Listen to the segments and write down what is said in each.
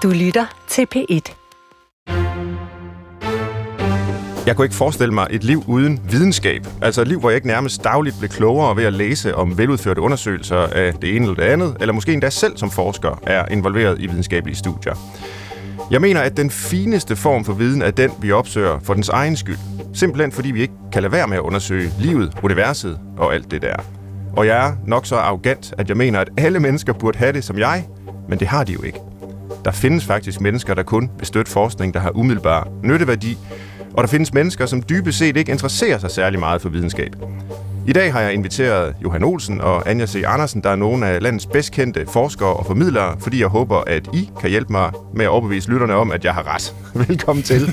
Du lytter til P1. Jeg kunne ikke forestille mig et liv uden videnskab. Altså et liv, hvor jeg ikke nærmest dagligt blev klogere ved at læse om veludførte undersøgelser af det ene eller det andet, eller måske endda selv som forsker er involveret i videnskabelige studier. Jeg mener, at den fineste form for viden er den, vi opsøger for dens egen skyld. Simpelthen fordi vi ikke kan lade være med at undersøge livet, universet og alt det der. Og jeg er nok så arrogant, at jeg mener, at alle mennesker burde have det som jeg, men det har de jo ikke. Der findes faktisk mennesker, der kun vil støtte forskning, der har umiddelbar nytteværdi, og der findes mennesker, som dybest set ikke interesserer sig særlig meget for videnskab. I dag har jeg inviteret Johan Olsen og Anja C. Andersen, der er nogle af landets bedst kendte forskere og formidlere, fordi jeg håber, at I kan hjælpe mig med at overbevise lytterne om, at jeg har ret. Velkommen til.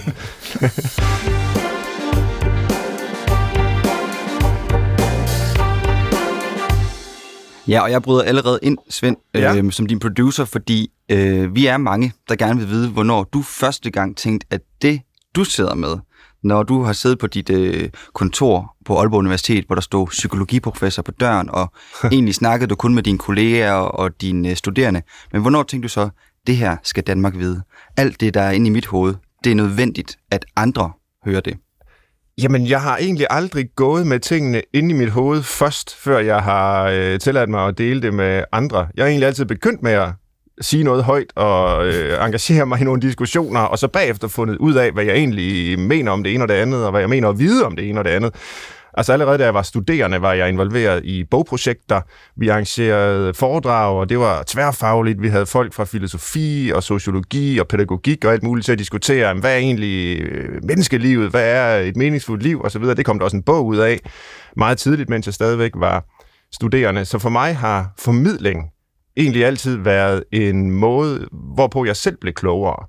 Ja, og jeg bryder allerede ind, Svend, som din producer, fordi vi er mange, der gerne vil vide, hvornår du første gang tænkte, at det, du sidder med, når du har siddet på dit kontor på Aalborg Universitet, hvor der stod psykologiprofessor på døren, og egentlig snakkede du kun med dine kolleger og dine studerende. Men hvornår tænkte du så, det her skal Danmark vide? Alt det, der er inde i mit hoved, det er nødvendigt, at andre hører det. Jamen, jeg har egentlig aldrig gået med tingene inde i mit hoved først, før jeg har tilladt mig at dele det med andre. Jeg har egentlig altid begyndt med at sige noget højt og engagere mig i nogle diskussioner, og så bagefter fundet ud af, hvad jeg egentlig mener om det ene og det andet, og hvad jeg mener at vide om det ene og det andet. Altså allerede da jeg var studerende, var jeg involveret i bogprojekter. Vi arrangerede foredrag, og det var tværfagligt. Vi havde folk fra filosofi og sociologi og pædagogik og alt muligt til at diskutere, hvad er egentlig menneskelivet, hvad er et meningsfuldt liv osv. Det kom der også en bog ud af meget tidligt, mens jeg stadigvæk var studerende. Så for mig har formidling egentlig altid været en måde, hvorpå jeg selv blev klogere.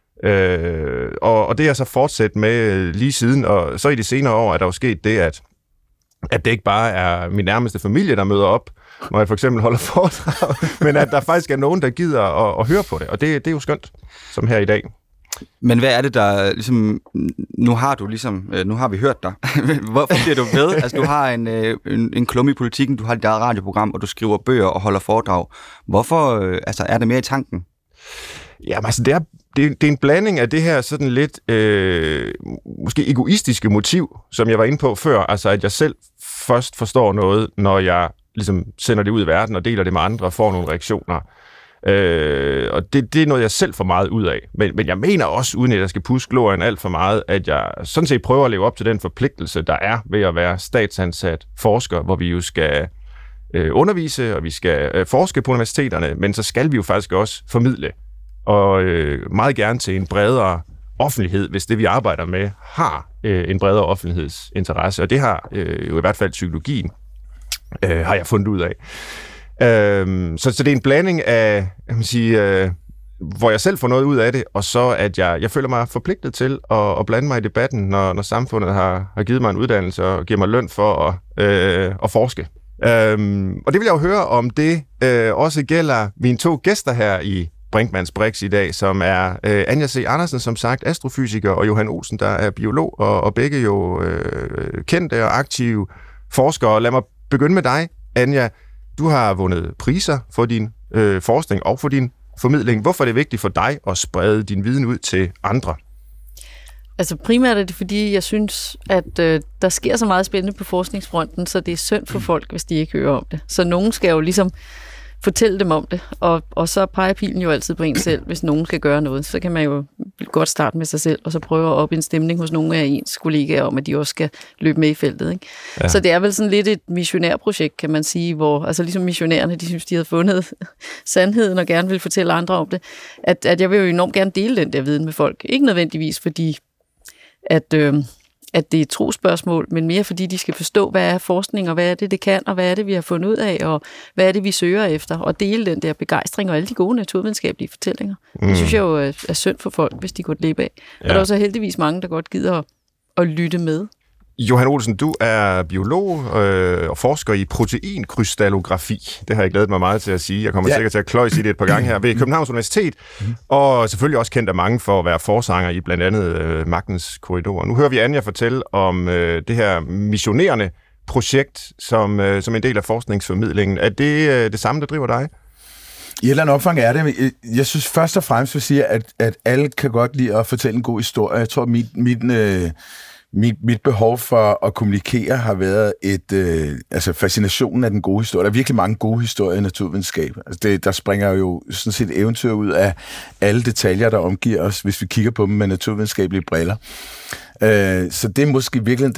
Og det er så fortsat med lige siden, og så i de senere år er der jo sket det, at det ikke bare er min nærmeste familie, der møder op, når jeg for eksempel holder foredrag, men at der faktisk er nogen, der gider at høre på det, og det er jo skønt, som her i dag. Men hvad er det, der ligesom, nu har vi hørt dig. Hvorfor bliver du ved? Altså, du har en klumme i politikken, du har dit eget radioprogram, og du skriver bøger og holder foredrag. Hvorfor, er det mere i tanken? Jamen, altså, det er en blanding af det her sådan lidt måske egoistiske motiv, som jeg var inde på før, altså at jeg selv først forstår noget, når jeg ligesom sender det ud i verden og deler det med andre og får nogle reaktioner. Og det er noget, jeg selv får meget ud af. Men jeg mener også, uden at jeg skal puske glorien alt for meget, at jeg sådan set prøver at leve op til den forpligtelse, der er ved at være statsansat forsker, hvor vi jo skal undervise, og vi skal forske på universiteterne, men så skal vi jo faktisk også formidle. Og meget gerne til en bredere offentlighed, hvis det, vi arbejder med, har en bredere offentlighedsinteresse. Og det har jo i hvert fald psykologien, har jeg fundet ud af. Så det er en blanding af, hvor jeg selv får noget ud af det, og så at jeg føler mig forpligtet til at blande mig i debatten, når samfundet har givet mig en uddannelse og giver mig løn for at forske. Og det vil jeg jo høre, om det også gælder mine to gæster her i Brinkmanns Brix i dag, som er Anja C. Andersen, som sagt, astrofysiker, og Johan Olsen, der er biolog, og begge jo kendte og aktive forskere. Lad mig begynde med dig, Anja. Du har vundet priser for din forskning og for din formidling. Hvorfor er det vigtigt for dig at sprede din viden ud til andre? Altså primært er det, fordi jeg synes, at der sker så meget spændende på forskningsfronten, så det er synd for folk, hvis de ikke hører om det. Så nogen skal jo ligesom fortælle dem om det, og så peger pilen jo altid på en selv, hvis nogen skal gøre noget. Så kan man jo godt starte med sig selv, og så prøve at op en stemning hos nogle af ens kollegaer om, at de også skal løbe med i feltet. Ikke? Ja. Så det er vel sådan lidt et missionærprojekt, kan man sige, hvor altså ligesom missionærerne, de synes, de havde fundet sandheden og gerne vil fortælle andre om det, at jeg vil jo enormt gerne dele den der viden med folk. Ikke nødvendigvis fordi, at det er et trospørgsmål, men mere fordi de skal forstå, hvad er forskning, og hvad er det kan, og hvad er det, vi har fundet ud af, og hvad er det, vi søger efter, og dele den der begejstring og alle de gode naturvidenskabelige fortællinger. Det synes jeg jo er synd for folk, hvis de går glip af. Ja. Og der er også heldigvis mange, der godt gider at lytte med. Johan Olsen, du er biolog og forsker i proteinkrystallografi. Det har jeg glædet mig meget til at sige. Jeg kommer sikkert til at kløjse i det et par gange her ved Københavns Universitet, og selvfølgelig også kendt af mange for at være forsanger i blandt andet Magtens Korridorer. Nu hører vi Anja fortælle om det her missionerende projekt som en del af forskningsformidlingen. Er det det samme, der driver dig? I et eller andet omfang er det. Jeg synes først og fremmest vil sige, at alle kan godt lide at fortælle en god historie. Jeg tror, mit behov for at kommunikere har været fascinationen af den gode historie. Der er virkelig mange gode historier i naturvidenskab. Altså der springer jo sådan set eventyr ud af alle detaljer, der omgiver os, hvis vi kigger på dem med naturvidenskabelige briller. Så det er måske virkelig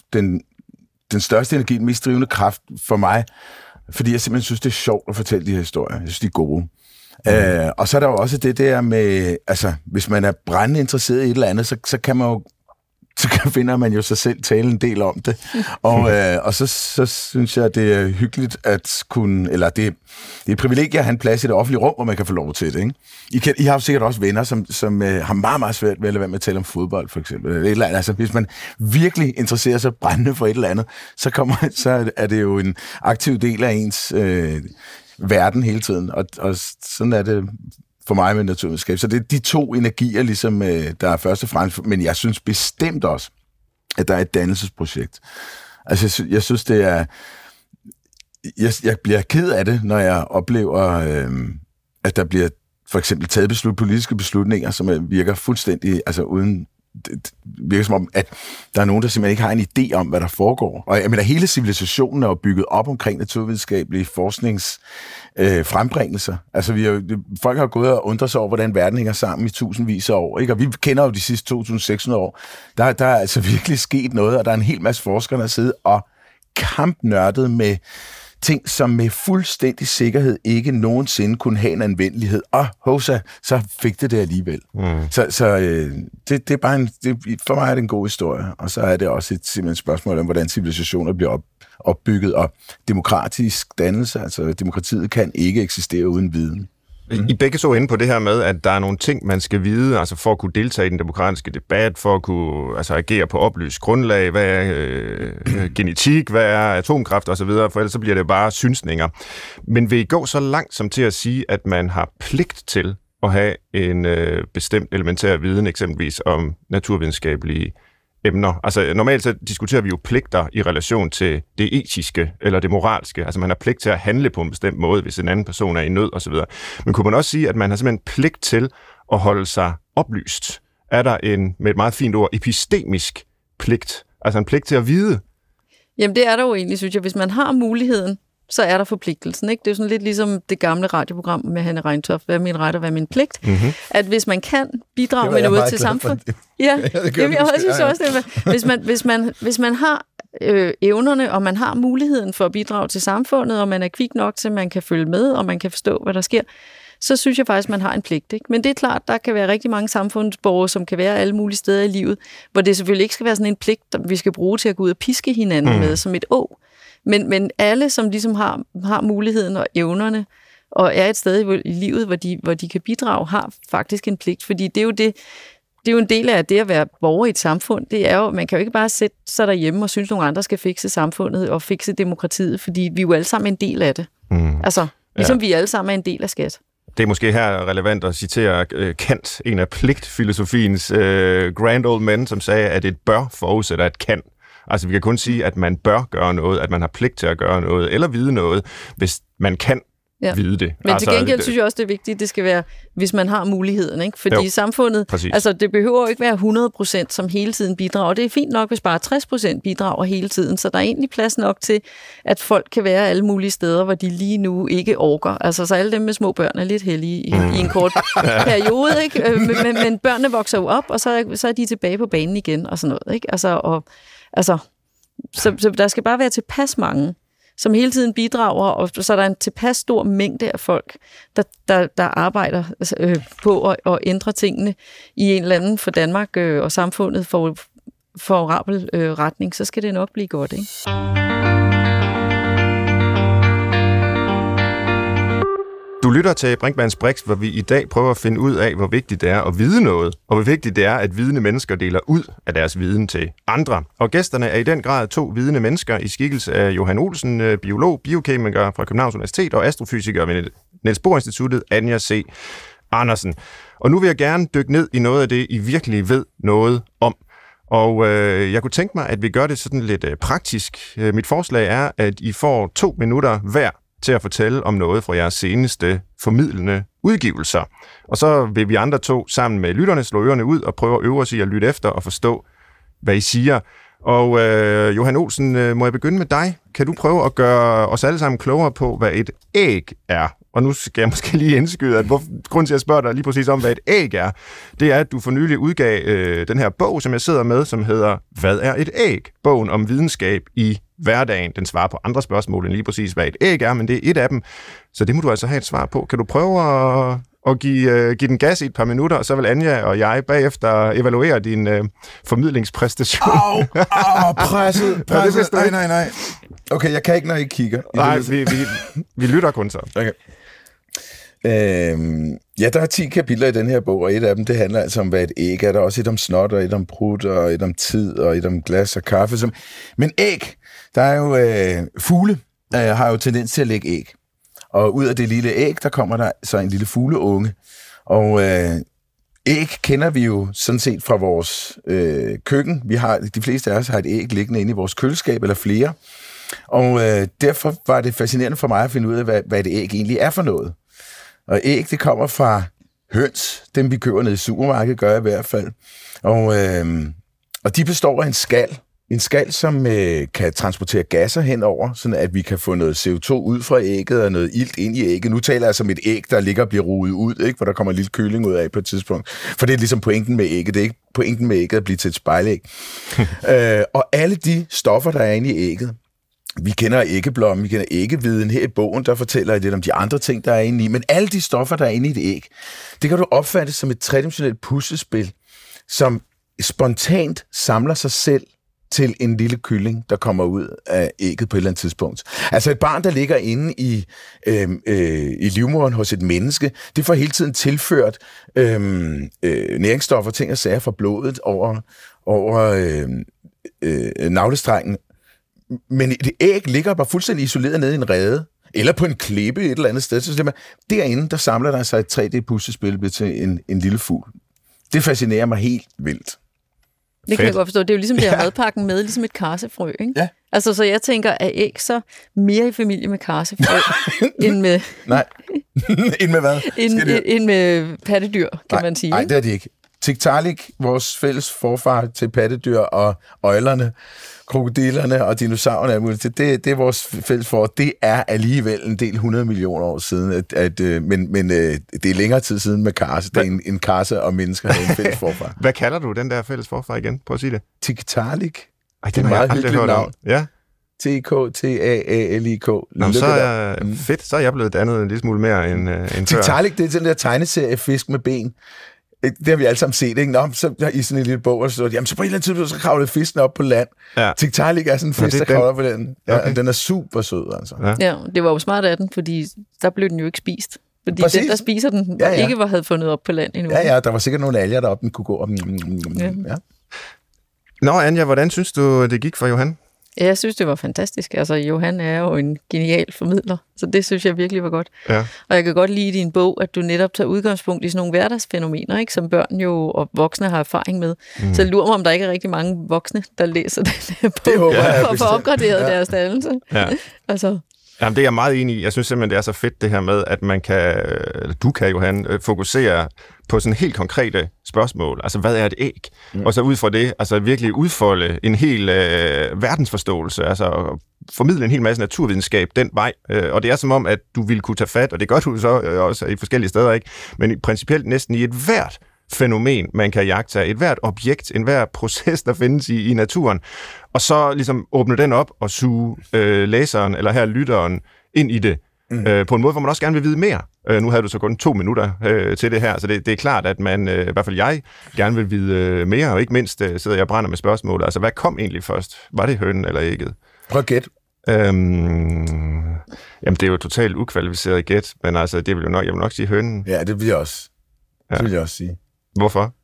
den største energi, den mest drivende kraft for mig, fordi jeg simpelthen synes, det er sjovt at fortælle de her historier. Jeg synes, de er gode. Og så er der jo også det der med, altså, hvis man er brændende interesseret i et eller andet, så kan man jo finder man jo sig selv tale en del om det. Og så synes jeg, det er hyggeligt at kunne, eller det er et privilegie at have en plads i det offentlige rum, hvor man kan få lov til det. Ikke? I har jo sikkert også venner, som har meget, meget svært ved at lade være med at tale om fodbold, for eksempel. Eller et eller andet. Altså, hvis man virkelig interesserer sig brændende for et eller andet, så er det jo en aktiv del af ens verden hele tiden. Og sådan er det for mig med naturvidenskab. Så det er de to energier, ligesom, der er først og fremmest. Men jeg synes bestemt også, at der er et dannelsesprojekt. Altså, jeg synes, det er... Jeg bliver ked af det, når jeg oplever, at der bliver for eksempel taget politiske beslutninger, som virker fuldstændig, altså uden... Det virker som om, at der er nogen, der simpelthen ikke har en idé om, hvad der foregår. Og jeg mener, hele civilisationen er jo bygget op omkring naturvidenskabelige forskningsfrembringelser. Altså, folk har gået og undret sig over, hvordan verden hænger sammen i tusindvis af år. Ikke? Og vi kender jo de sidste 2.600 år. Der er altså virkelig sket noget, og der er en hel masse forskere, der sidder og kampnørdet med ting, som med fuldstændig sikkerhed ikke nogensinde kunne have en anvendelighed. Og hosa, så fik det alligevel. Så det er bare for mig er det en god historie. Og så er det også simpelthen spørgsmål om, hvordan civilisationer bliver opbygget, og demokratisk dannelse, altså demokratiet kan ikke eksistere uden viden. I begge så inde på det her med, at der er nogle ting, man skal vide, altså for at kunne deltage i den demokratiske debat, for at kunne agere på oplyst grundlag, hvad er genetik, hvad er atomkraft osv., for ellers så bliver det bare synsninger. Men vil I gå så langt som til at sige, at man har pligt til at have en bestemt elementær viden, eksempelvis om naturvidenskabelige emner? Altså normalt så diskuterer vi jo pligter i relation til det etiske eller det moralske. Altså man har pligt til at handle på en bestemt måde, hvis en anden person er i nød osv. Men kunne man også sige, at man har simpelthen pligt til at holde sig oplyst? Er der med et meget fint ord, epistemisk pligt? Altså en pligt til at vide? Jamen det er der jo egentlig, synes jeg. Hvis man har muligheden, så er der forpligtelsen. Ikke? Det er jo sådan lidt ligesom det gamle radioprogram med Hanne Reintoft, hvad er min ret og hvad er min pligt. Mm-hmm. At hvis man kan bidrage med noget til samfundet... Ja, jeg synes også det. Hvis man har evnerne, og man har muligheden for at bidrage til samfundet, og man er kvik nok til, at man kan følge med, og man kan forstå, hvad der sker, så synes jeg faktisk, man har en pligt. Ikke? Men det er klart, der kan være rigtig mange samfundsborgere, som kan være alle mulige steder i livet, hvor det selvfølgelig ikke skal være sådan en pligt, vi skal bruge til at gå ud og piske hinanden med som et Men alle, som ligesom har muligheden og evnerne, og er et sted i livet, hvor de kan bidrage, har faktisk en pligt. Fordi det er jo en del af det at være borger i et samfund. Det er jo, man kan jo ikke bare sætte sig derhjemme og synes, at nogle andre skal fikse samfundet og fikse demokratiet, fordi vi er jo alle sammen en del af det. Altså, ligesom vi alle sammen er en del af skat. Det er måske her relevant at citere Kant, en af pligtfilosofiens grand old men, som sagde, at et bør forudsætter et kan. Altså, vi kan kun sige, at man bør gøre noget, at man har pligt til at gøre noget, eller vide noget, hvis man kan vide det. Men til gengæld synes jeg også, det er vigtigt, det skal være, hvis man har muligheden, ikke? Fordi samfundet, altså det behøver jo ikke være 100%, som hele tiden bidrager. Det er fint nok, hvis bare 60% bidrager hele tiden, så der er egentlig plads nok til, at folk kan være alle mulige steder, hvor de lige nu ikke orker. Altså, så alle dem med små børn er lidt heldige i en kort periode, ikke? Men børnene vokser jo op, og så er de tilbage på banen igen, og sådan noget, ikke? Så der skal bare være tilpas mange, som hele tiden bidrager, og så er der en tilpas stor mængde af folk, der arbejder på at ændre tingene i en eller anden for Danmark og samfundet favorabel retning, så skal det nok blive godt, ikke? Du lytter til Brinkmanns Brix, hvor vi i dag prøver at finde ud af, hvor vigtigt det er at vide noget, og hvor vigtigt det er, at vidende mennesker deler ud af deres viden til andre. Og gæsterne er i den grad 2 vidende mennesker i skikkelse af Johan Olsen, biolog, biokemiker fra Københavns Universitet, og astrofysiker ved Niels Bohr Instituttet, Anja C. Andersen. Og nu vil jeg gerne dykke ned i noget af det, I virkelig ved noget om. Og jeg kunne tænke mig, at vi gør det sådan lidt praktisk. Mit forslag er, at I får 2 minutter hver til at fortælle om noget fra jeres seneste formidlende udgivelser. Og så vil vi andre to sammen med lytterne slå ørerne ud og prøve at øve os i at lytte efter og forstå, hvad I siger. Og Johan Olsen, må jeg begynde med dig? Kan du prøve at gøre os alle sammen klogere på, hvad et æg er? Og nu skal jeg måske lige indskyde, at grunden til at spørge dig lige præcis om, hvad et æg er, det er, at du for nylig udgav den her bog, som jeg sidder med, som hedder Hvad er et æg? Bogen om videnskab i hverdagen. Den svarer på andre spørgsmål end lige præcis, hvad et æg er, men det er et af dem. Så det må du altså have et svar på. Kan du prøve at give den gas i et par minutter, og så vil Anja og jeg bagefter evaluere din formidlingspræstation. Presset. Nej. Okay, jeg kan ikke, når I kigger. Nej, vi lytter kun så. Okay. Ja, der er 10 kapitler i den her bog, og et af dem, det handler altså om, hvad et æg er. Der er også et om snot, og et om prut, og et om tid, og et om glas og kaffe. Men æg, der er jo fugle, har jo tendens til at lægge æg. Og ud af det lille æg, der kommer der så en lille fugleunge. Og æg kender vi jo sådan set fra vores køkken. De fleste af os har et æg liggende inde i vores køleskab, eller flere. Og derfor var det fascinerende for mig at finde ud af, hvad et æg egentlig er for noget. Og æg, det kommer fra høns, dem vi køber ned i supermarkedet, gør jeg i hvert fald. Og de består af en skal. En skal, som kan transportere gasser henover, sådan at vi kan få noget CO2 ud fra ægget og noget ilt ind i ægget. Nu taler jeg som et æg, der ligger og bliver ruget ud, ikke? Hvor der kommer en lille kylling ud af på et tidspunkt. For det er ligesom pointen med ægget. Det er ikke pointen med ægget at blive til et spejlæg. Og alle de stoffer, der er inde i ægget, vi kender æggeblommen, vi kender æggeviden. Her i bogen, der fortæller jeg lidt om de andre ting, der er inde i. Men alle de stoffer, der er inde i et æg, det kan du opfatte som et tredimensionelt puslespil, som spontant samler sig selv til en lille kylling, der kommer ud af ægget på et eller andet tidspunkt. Altså et barn, der ligger inde i livmoderen hos et menneske, det får hele tiden tilført næringsstoffer, ting og sager fra blodet over navlestrengen. Men et æg ligger bare fuldstændig isoleret nede i en rede, eller på en klippe et eller andet sted. Så derinde, der samler der sig et 3D-puslespil til en lille fugl. Det fascinerer mig helt vildt. Det kan jeg godt forstå. Det er jo ligesom det her madpakken med, ligesom et karsefrø, ikke? Ja. Altså, så jeg tænker, at æg så mere i familie med karsefrø, end med... Nej. End med hvad? End med pattedyr, kan man sige. Nej, det er de ikke. Tiktaalik, vores fælles forfar til pattedyr og øglerne, krokodillerne og dinosaurerne, det er vores fælles forfar. Det er alligevel en del 100 millioner år siden, men det er længere tid siden med karse. Det er en karse og mennesker har en fælles forfar. Hvad kalder du den der fælles forfar igen? Prøv at sige det. Tiktaalik. Det er et meget hyggeligt navn. Ja. T-K-T-A-A-L-I-K. Fedt, så er jeg blevet dannet en lille smule mere end før. Tiktaalik, det er den der tegneserie fisk med ben. Det har vi alle sammen set, ikke? Nå, så i sådan en lille bog, og så på en eller anden tidspunkt, så kravlede fisken op på land. Ja. Tiktaalik er sådan en fisk, der kravler på den. Ja, okay. Den er super sød, altså. Ja, det var jo smart af den, fordi der blev den jo ikke spist. Fordi præcis. Den, der spiser den, ikke havde fundet op på land endnu. Ja, der var sikkert nogle alger deroppe, den kunne gå op. Ja. Nå, Anja, hvordan synes du, det gik for Johan? Jeg synes, det var fantastisk. Altså, Johan er jo en genial formidler, så det synes jeg virkelig var godt. Ja. Og jeg kan godt lide i din bog, at du netop tager udgangspunkt i sådan nogle hverdagsfænomener, ikke, som børn jo og voksne har erfaring med. Så jeg lurer mig, om der ikke er rigtig mange voksne, der læser den her bog for at få opgraderet deres dannelse. Ja. Altså. Jamen, det er jeg meget enig i. Jeg synes simpelthen, det er så fedt det her med, at du kan, Johan, fokusere på sådan helt konkrete spørgsmål. Altså, hvad er et æg? Og så ud fra det, altså virkelig udfolde en hel verdensforståelse, altså formidle en hel masse naturvidenskab den vej. Og det er som om, at du ville kunne tage fat, og det gør du så også i forskellige steder, ikke? Men principielt næsten i et hvert fænomen, man kan jagte, et hvert objekt, en hver proces, der findes i naturen, og så ligesom åbne den op og suge læseren, eller her lytteren, ind i det, på en måde, hvor man også gerne vil vide mere. Nu havde du så kun 2 minutter til det her, så det er klart, at man, i hvert fald jeg, gerne vil vide mere, og ikke mindst sidder jeg og brænder med spørgsmålet. Altså, hvad kom egentlig først? Var det hønen eller ægget? Prøv at gætte. Jamen, det er jo totalt ukvalificeret gæt, men altså, det vil jo nok, jeg vil nok sige hønen. Ja, det vil jeg også. Det vil jeg også sige. Hvorfor?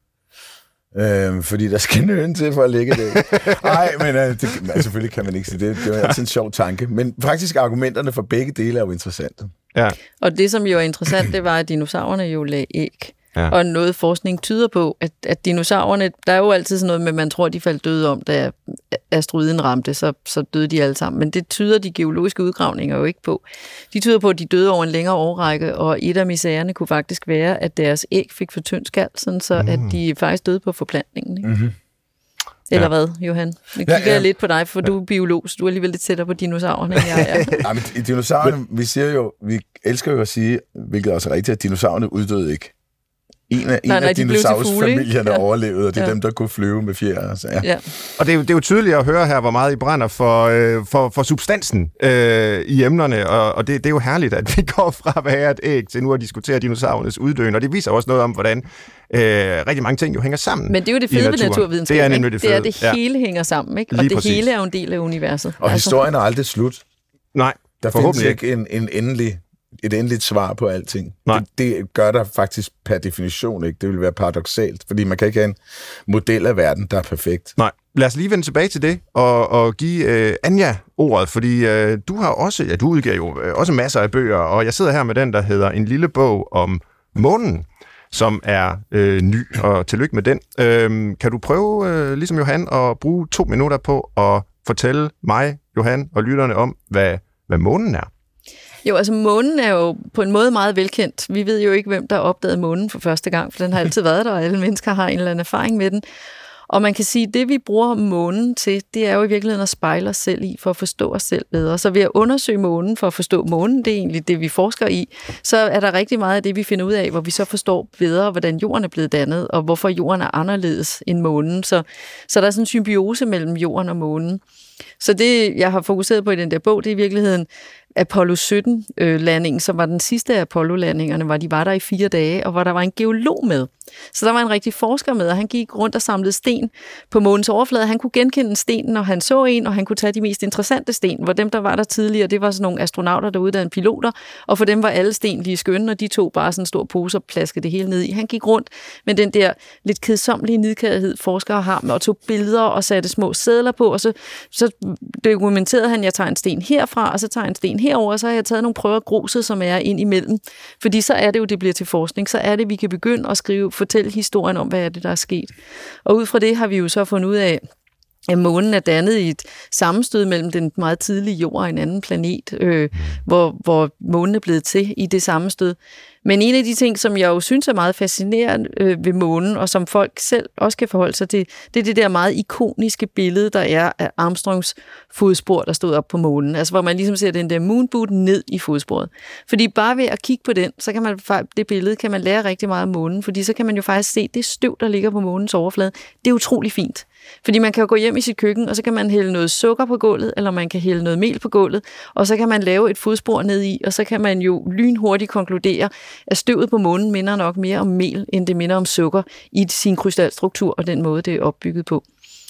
Fordi der skal en høne til for at lægge det. Nej, men selvfølgelig kan man ikke sige det. Det er altid en sjov tanke. Men faktisk argumenterne for begge dele er jo interessante. Ja. Og det, som jo er interessant, det var, at dinosaurerne jo lagde æg. Og noget forskning tyder på, at dinosaurerne, der er jo altid sådan noget med, at man tror, de faldt døde om, da asteroiden ramte, så døde de alle sammen. Men det tyder de geologiske udgravninger jo ikke på. De tyder på, at de døde over en længere årrække, og et af misærerne kunne faktisk være, at deres æg fik for tynd skal, sådan så at de faktisk døde på forplantningen. Ikke? Mm-hmm. Eller hvad, Johan? Nu kigger jeg lidt på dig, for du er biolog, så du er alligevel lidt tættere på dinosaurerne, end jeg er. Ja, men dinosaurerne, vi elsker jo at sige, hvilket også er rigtigt, at dinosaurerne uddøde ikke. En af dinosaurusfamilierne overlevede, og det er dem, der kunne flyve med fjer. Så, ja. Og det er jo tydeligt at høre her, hvor meget I brænder for substansen i emnerne, og det er jo herligt, at vi går fra at være et æg til nu at diskutere dinosaurernes uddøen, og det viser også noget om, hvordan rigtig mange ting jo hænger sammen. Men det er jo det fede ved naturvidenskab. Det er nemlig det fede. Det hele hænger sammen, ikke? Og det hele er jo en del af universet. Og historien er aldrig slut. Nej, der findes ikke et endeligt svar på alting. Det gør der faktisk per definition ikke. Det vil være paradoksalt, fordi man kan ikke have en model af verden, der er perfekt. Nej. Lad os lige vende tilbage til det og give Anja ordet, fordi du har også, du udgiver jo også masser af bøger, og jeg sidder her med den, der hedder En lille bog om månen, som er ny, og tillykke med den. Kan du prøve, ligesom Johan, at bruge 2 minutter på at fortælle mig, Johan og lytterne om, hvad månen er? Jo, altså månen er jo på en måde meget velkendt. Vi ved jo ikke, hvem der opdagede månen for første gang, for den har altid været der, og alle mennesker har en eller anden erfaring med den. Og man kan sige, at det, vi bruger månen til, det er jo i virkeligheden at spejle os selv i, for at forstå os selv bedre. Så ved at undersøge månen, for at forstå månen, det er egentlig det, vi forsker i, så er der rigtig meget af det, vi finder ud af, hvor vi så forstår bedre, hvordan jorden er blevet dannet, og hvorfor jorden er anderledes end månen. Så der er sådan en symbiose mellem jorden og månen. Så det, jeg har fokuseret på i den der bog, det er i virkeligheden Apollo 17-landingen, som var den sidste af Apollo-landingerne, hvor de var der i 4 dage, og hvor der var en geolog med. Så der var en rigtig forsker med, og han gik rundt og samlede sten på månens overflade. Han kunne genkende stenen, når han så en, og han kunne tage de mest interessante sten, hvor dem, der var der tidligere, det var sådan nogle astronauter, der uddannede piloter, og for dem var alle sten lige skønne, og de tog bare sådan en stor pose og plaskede det hele ned i. Han gik rundt med den der lidt kedsommelige nidkærhed, forskere har med, og tog billeder og satte små sedler på, og så dokumenterede han, at jeg tager en sten herfra, og så tager jeg en sten herover, og så har jeg taget nogle prøver af gruset, som er ind imellem. Fordi så er det jo, det bliver til forskning. Så er det, vi kan begynde at fortælle historien om, hvad er det, der er sket. Og ud fra det har vi jo så fundet ud af, at månen er dannet i et sammenstød mellem den meget tidlige jord og en anden planet, hvor månen er blevet til i det sammenstød. Men en af de ting, som jeg jo synes er meget fascinerende ved månen, og som folk selv også kan forholde sig til, det er det der meget ikoniske billede, der er af Armstrongs fodspor, der stod op på månen. Altså hvor man ligesom ser den der moonboot ned i fodsporet. Fordi bare ved at kigge på den, så kan man det billede kan man lære rigtig meget om månen, fordi så kan man jo faktisk se det støv, der ligger på månens overflade. Det er utrolig fint. Fordi man kan jo gå hjem i sit køkken, og så kan man hælde noget sukker på gulvet, eller man kan hælde noget mel på gulvet, og så kan man lave et fodspor ned i, og så kan man jo lynhurtigt konkludere, at støvet på månen minder nok mere om mel, end det minder om sukker i sin krystalstruktur og den måde, det er opbygget på.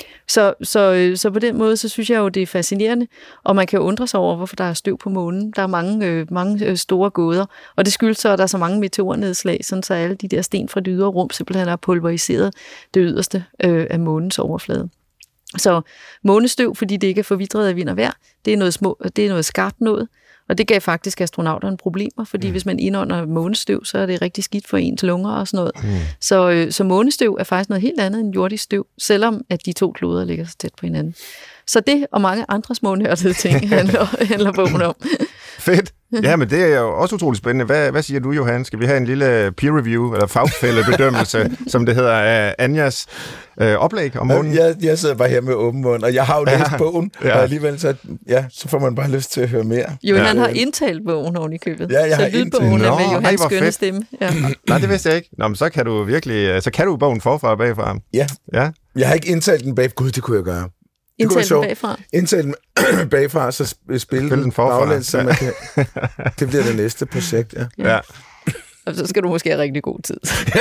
Så på den måde, så synes jeg jo, det er fascinerende, og man kan jo undre sig over, hvorfor der er støv på månen. Der er mange store gåder, og det skyldes så, at der er så mange meteornedslag, sådan så alle de der sten fra det ydre rum simpelthen har pulveriseret det yderste af månens overflade. Så månestøv, fordi det ikke er forvitret af vind og vejr, det er noget skarpt noget, og det gav faktisk astronauterne problemer, fordi hvis man indånder månestøv, så er det rigtig skidt for ens lunger og sådan noget. Så månestøv er faktisk noget helt andet end jordisk støv, selvom at de 2 kloder ligger så tæt på hinanden. Så det og mange andre små nørdede ting handler bogen om. Fedt. Ja, men det er jo også utroligt spændende. Hvad siger du, Johan? Skal vi have en lille peer review, eller fagfællebedømmelse, som det hedder, af Anjas oplæg om månen? Jeg sidder bare her med åben mund, og jeg har jo læst bogen, og alligevel så får man bare lyst til at høre mere. Johan har indtalt bogen oven i købet. Ja, jeg har indtalt. Så lydbogen er med Johans skønne stemme. Ja. Nej, det vidste jeg ikke. Nå, men så kan du virkelig, så kan du bogen forfra og bagfra. Ja. Jeg har ikke indtalt den bag. Gud, det kunne jeg gøre. Indtale den bagfra. Indtale den bagfra, så spille den baglæns, så man kan... Det bliver det næste projekt, ja. Og så skal du måske have rigtig god tid.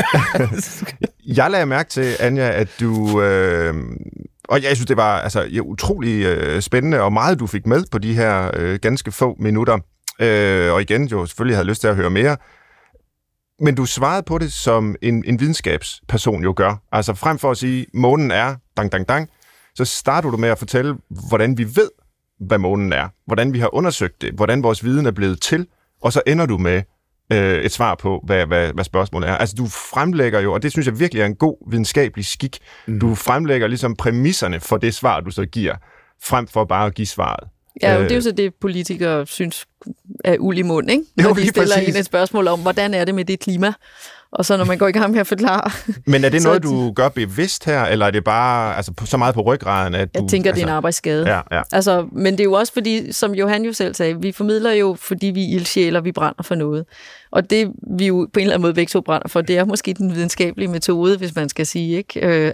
Jeg lagde mærke til, Anja, at du... og jeg synes, det var utrolig spændende, og meget du fik med på de her ganske få minutter. Og igen, jo selvfølgelig havde lyst til at høre mere. Men du svarede på det, som en videnskabsperson jo gør. Altså frem for at sige, månen er dang, så starter du med at fortælle, hvordan vi ved, hvad månen er, hvordan vi har undersøgt det, hvordan vores viden er blevet til, og så ender du med, et svar på, hvad spørgsmålet er. Altså, du fremlægger jo, og det synes jeg virkelig er en god videnskabelig skik, du fremlægger ligesom præmisserne for det svar, du så giver, frem for bare at give svaret. Ja, det er jo så det, politikere synes er uld i mund, ikke? Når de stiller en et spørgsmål om, hvordan er det med det klima? Og så når man går i gang med at forklare... Men er det noget, du gør bevidst her, eller er det bare så meget på ryggraden, at du... Jeg tænker, det er en arbejdsskade. Ja. Altså, men det er jo også fordi, som Johan jo selv sagde, vi formidler jo, fordi vi er ildsjæler, vi brænder for noget. Og det, vi jo på en eller anden måde begge to brænder for, det er måske den videnskabelige metode, hvis man skal sige, ikke?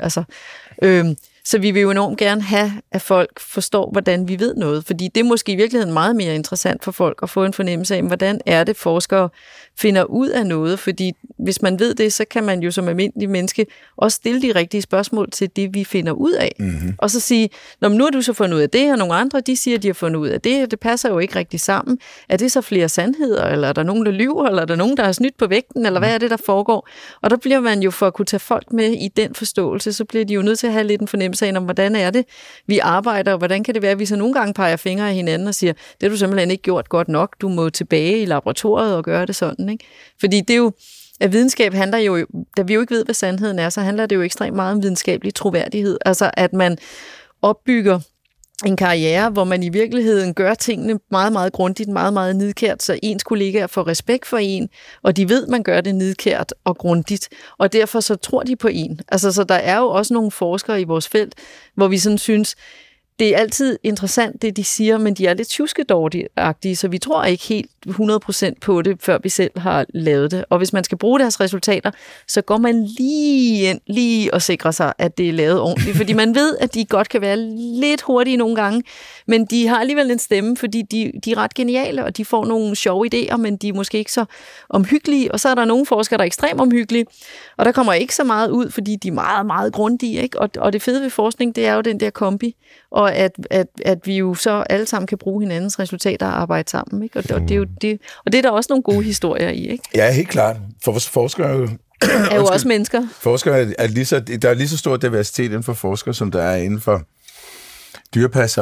Så vi vil jo enormt gerne have, at folk forstår, hvordan vi ved noget. Fordi det er måske i virkeligheden meget mere interessant for folk at få en fornemmelse af, hvordan er det, forskere finder ud af noget. Fordi hvis man ved det, så kan man jo som almindelig menneske også stille de rigtige spørgsmål til det, vi finder ud af. Mm-hmm. Og så sige, nu har du så fundet ud af det, og nogle andre, de siger, de har fundet ud af det, og det passer jo ikke rigtig sammen. Er det så flere sandheder, eller er der nogen, der lyver, eller er der nogen, der har snydt på vægten, eller hvad er det, der foregår? Og der bliver man jo, for at kunne tage folk med i den forståelse, så bliver de jo nødt til at have lidt en fornemmelse af, om hvordan er det, vi arbejder, og hvordan kan det være, at vi så nogle gange peger fingre af hinanden og siger, det har du simpelthen ikke gjort godt nok, du må tilbage i laboratoriet og gøre det sådan, ikke? Fordi det er jo, at videnskab handler jo, da vi jo ikke ved, hvad sandheden er, så handler det jo ekstremt meget om videnskabelig troværdighed. Altså, at man opbygger en karriere, hvor man i virkeligheden gør tingene meget, meget grundigt, meget, meget nidkært, så ens kollegaer får respekt for en, og de ved, at man gør det nidkært og grundigt, og derfor så tror de på en. Altså, så der er jo også nogle forskere i vores felt, hvor vi sådan synes, det er altid interessant, det de siger, men de er lidt tjuskedårlige, så vi tror ikke helt 100% på det, før vi selv har lavet det. Og hvis man skal bruge deres resultater, så går man lige og sikrer sig, at det er lavet ordentligt. Fordi man ved, at de godt kan være lidt hurtige nogle gange, men de har alligevel en stemme, fordi de er ret geniale, og de får nogle sjove idéer, men de er måske ikke så omhyggelige. Og så er der nogle forskere, der er ekstremt omhyggelige, og der kommer ikke så meget ud, fordi de er meget, meget grundige, ikke? Og det fede ved forskning, det er jo den der kombi, og at vi jo så alle sammen kan bruge hinandens resultater og arbejde sammen, ikke? Og det er jo det, og det er der også nogle gode historier i, ikke? Ja, helt klart. For forskere er jo også mennesker. Forskere er der er lige så stor diversitet inden for forskere, som der er inden for dyrepasser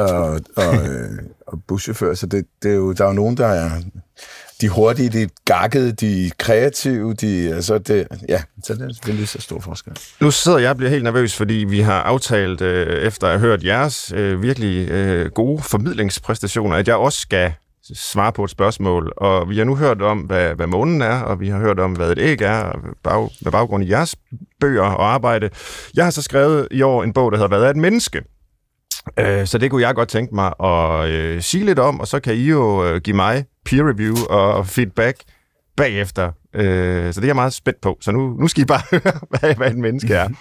og buschauffører. Så det er jo, der er jo nogen, der er de hurtige, de gakkede, de kreative, så det er lige så stor forskel. Nu sidder jeg og bliver helt nervøs, fordi vi har aftalt, efter at have hørt jeres virkelig gode formidlingspræstationer, at jeg også skal svare på et spørgsmål. Og vi har nu hørt om, hvad månen er, og vi har hørt om, hvad et æg er, med baggrund i jeres bøger og arbejde. Jeg har så skrevet i år en bog, der hedder Hvad er et menneske? Så det kunne jeg godt tænke mig at sige lidt om, og så kan I jo give mig peer review og feedback bagefter. Så det er jeg meget spændt på. Så nu skal I bare høre, hvad et menneske er.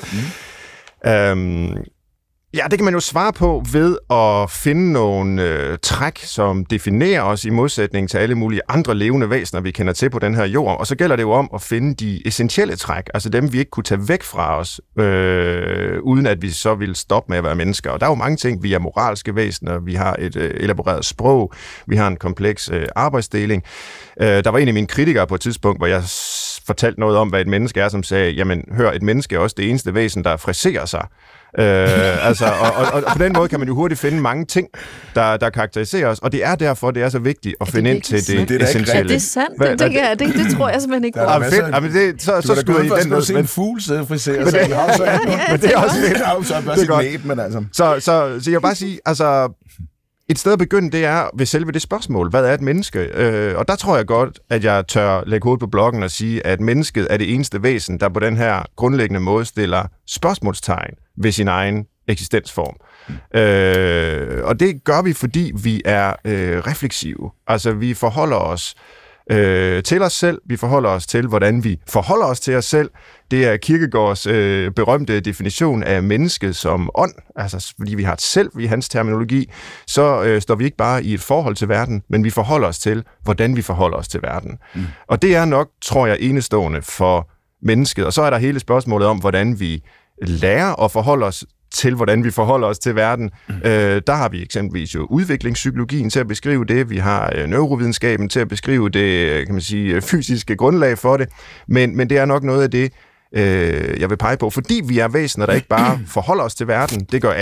Ja, det kan man jo svare på ved at finde nogle træk, som definerer os i modsætning til alle mulige andre levende væsener, vi kender til på den her jord. Og så gælder det jo om at finde de essentielle træk, altså dem, vi ikke kunne tage væk fra os, uden at vi så ville stoppe med at være mennesker. Og der er jo mange ting. Vi er moralske væsener, vi har et elaboreret sprog, vi har en kompleks arbejdsdeling. Der var en af mine kritikere på et tidspunkt, hvor jeg fortalte noget om, hvad et menneske er, som sagde, jamen hør, et menneske er også det eneste væsen, der friserer sig. Og på den måde kan man jo hurtigt finde mange ting, der karakteriserer os, og det er derfor, det er så vigtigt at finde ind til det essentielle. Er det sandt? Det tror jeg simpelthen ikke på. Så skulle I den noget. Se en fugl sidde og frisere sig. Men det er også lidt. Det er godt. Men altså. Så jeg vil bare sige, altså et sted at begynde, det er ved selve det spørgsmål. Hvad er et menneske? Og der tror jeg godt, at jeg tør lægge hovedet på blokken og sige, at mennesket er det eneste væsen, der på den her grundlæggende måde stiller spørgsmålstegn ved sin egen eksistensform. Og det gør vi, fordi vi er refleksive. Altså, vi forholder os til os selv. Vi forholder os til, hvordan vi forholder os til os selv. Det er Kierkegaards berømte definition af mennesket som ånd. Altså, fordi vi har et selv i hans terminologi, så står vi ikke bare i et forhold til verden, men vi forholder os til, hvordan vi forholder os til verden. Og det er nok, tror jeg, enestående for mennesket. Og så er der hele spørgsmålet om, hvordan vi lærer at forholde os til, hvordan vi forholder os til verden. Der har vi eksempelvis jo udviklingspsykologien til at beskrive det. Vi har neurovidenskaben til at beskrive det, kan man sige, fysiske grundlag for det. Men det er nok noget af det, jeg vil pege på. Fordi vi er væsener, der ikke bare forholder os til verden. Det gør alle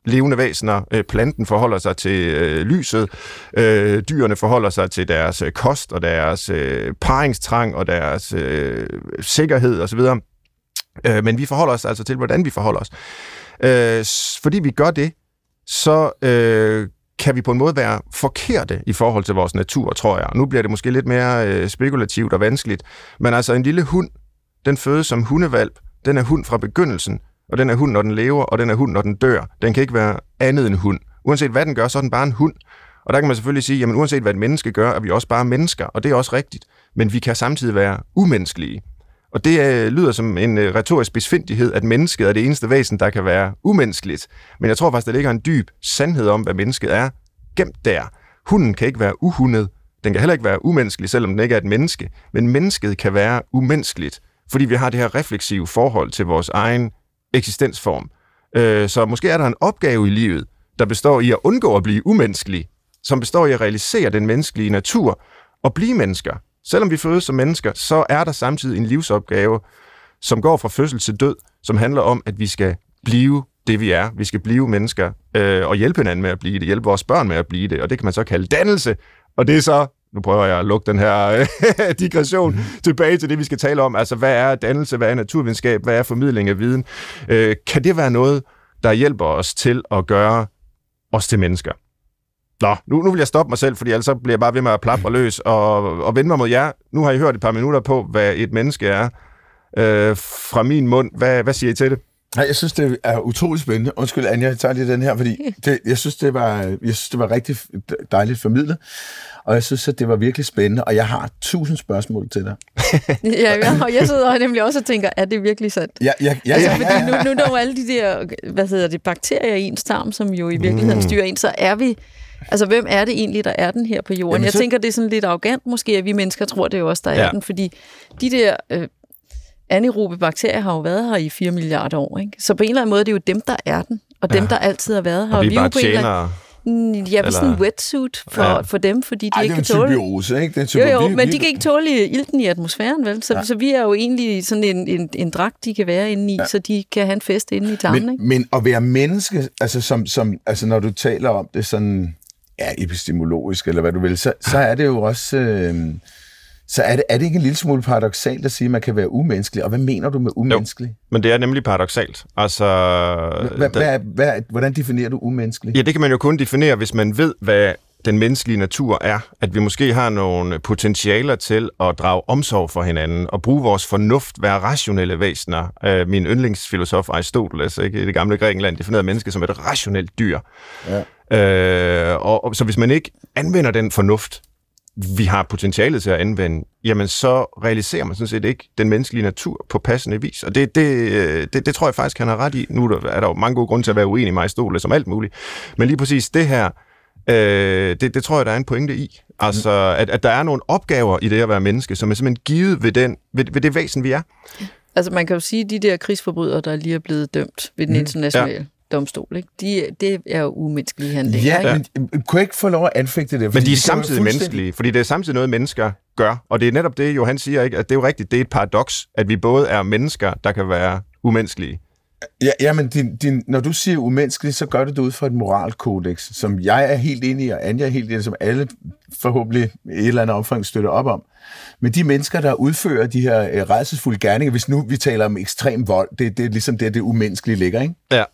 levende væsener. Planten forholder sig til lyset. Dyrene forholder sig til deres kost og deres paringstrang og deres sikkerhed osv. Men vi forholder os altså til, hvordan vi forholder os. Fordi vi gør det, så kan vi på en måde være forkerte i forhold til vores natur, tror jeg. Og nu bliver det måske lidt mere spekulativt og vanskeligt. Men altså en lille hund, den fødes som hundevalp. Den er hund fra begyndelsen, og den er hund, når den lever, og den er hund, når den dør. Den kan ikke være andet end hund. Uanset hvad den gør, så er den bare en hund. Og der kan man selvfølgelig sige, jamen uanset hvad et menneske gør, er vi også bare mennesker, og det er også rigtigt. Men vi kan samtidig være umenneskelige. Og det lyder som en retorisk besvindelighed, at mennesket er det eneste væsen, der kan være umenneskeligt. Men jeg tror faktisk, der ligger en dyb sandhed om, hvad mennesket er gemt der. Hunden kan ikke være uhundet. Den kan heller ikke være umenneskelig, selvom den ikke er et menneske. Men mennesket kan være umenneskeligt, fordi vi har det her refleksive forhold til vores egen eksistensform. Så måske er der en opgave i livet, der består i at undgå at blive umenneskelig, som består i at realisere den menneskelige natur og blive mennesker. Selvom vi fødes som mennesker, så er der samtidig en livsopgave, som går fra fødsel til død, som handler om, at vi skal blive det, vi er. Vi skal blive mennesker og hjælpe hinanden med at blive det, hjælpe vores børn med at blive det, og det kan man så kalde dannelse. Og det er så, nu prøver jeg at lukke den her digression tilbage til det, vi skal tale om. Altså, hvad er dannelse, hvad er naturvidenskab, hvad er formidling af viden? Kan det være noget, der hjælper os til at gøre os til mennesker? Nå, nu vil jeg stoppe mig selv, fordi ellers så bliver jeg bare ved med at plapre løs og vende mig mod jer. Nu har I hørt et par minutter på, hvad et menneske er fra min mund. Hvad siger I til det? Nej, jeg synes, det er utroligt spændende. Undskyld, Anja, jeg tager lige den her, fordi jeg synes, det var rigtig dejligt formidlet, og jeg synes, at det var virkelig spændende, og jeg har 1000 spørgsmål til dig. Og jeg sidder nemlig også og tænker, er det virkelig sandt? Ja. Fordi nu er jo alle de der, bakterier i ens tarm, som jo i virkeligheden styrer en, så er vi... Altså, hvem er det egentlig, der er den her på jorden? Jeg tænker, det er sådan lidt arrogant måske, at vi mennesker tror, det er også der er den, fordi de der anaerobe bakterier har jo været her i 4 milliarder år, ikke? Så på en eller anden måde, det er jo dem, der er den, og dem, der altid har været her. Og vi bare tjener... Ja, sådan en wetsuit for dem, fordi de ikke kan tåle... Det er en symbiose, ikke? Det er men de kan ikke tåle ilten i atmosfæren, vel? Så vi er jo egentlig sådan en dragt, de kan være inde i, så de kan have en fest inde i tarmen, ikke? Men at være menneske, altså altså når du taler om det sådan... epistemologisk, eller hvad du vil, så er det jo også... så er det ikke en lille smule paradoksalt at sige, at man kan være umenneskelig? Og hvad mener du med umenneskelig? Jo, men det er nemlig paradoksalt. Altså... Hvordan definerer du umenneskelig? Ja, det kan man jo kun definere, hvis man ved, hvad den menneskelige natur er. At vi måske har nogle potentialer til at drage omsorg for hinanden, og bruge vores fornuft, være rationelle væsener. Min yndlingsfilosof Aristoteles, ikke, i det gamle Grækenland, definerede mennesket som et rationelt dyr. Ja. Og så hvis man ikke anvender den fornuft, vi har potentialet til at anvende, jamen så realiserer man sådan set ikke den menneskelige natur på passende vis. Og det tror jeg faktisk, han har ret i. Nu er der jo mange gode grunde til at være uenig med Aristoteles om alt muligt. Men lige præcis det her, det tror jeg, der er en pointe i. Altså, at der er nogle opgaver i det at være menneske, som er simpelthen givet ved det væsen, vi er. Altså, man kan jo sige, at de der krigsforbrydere, der lige er blevet dømt ved den internationale domstol, ikke? Det er jo umenneskelige handlinger. Ja, men kunne jeg ikke få lov at anfægte det? Men de er samtidig menneskelige, fordi det er samtidig noget, mennesker gør. Og det er netop det, Johan siger, ikke? At det er jo rigtigt, det er et paradoks, at vi både er mennesker, der kan være umenneskelige. Ja, men når du siger umenneskelig, så gør du det ud fra et moralkodex, som jeg er helt enig i, og Anja er helt enig i, som alle forhåbentlig i et eller andet omfang støtter op om. Men de mennesker, der udfører de her rædselsfulde gerninger, hvis nu vi taler om ekstrem vold, det er ligesom det umenneskelige ligger, ikke? Ja.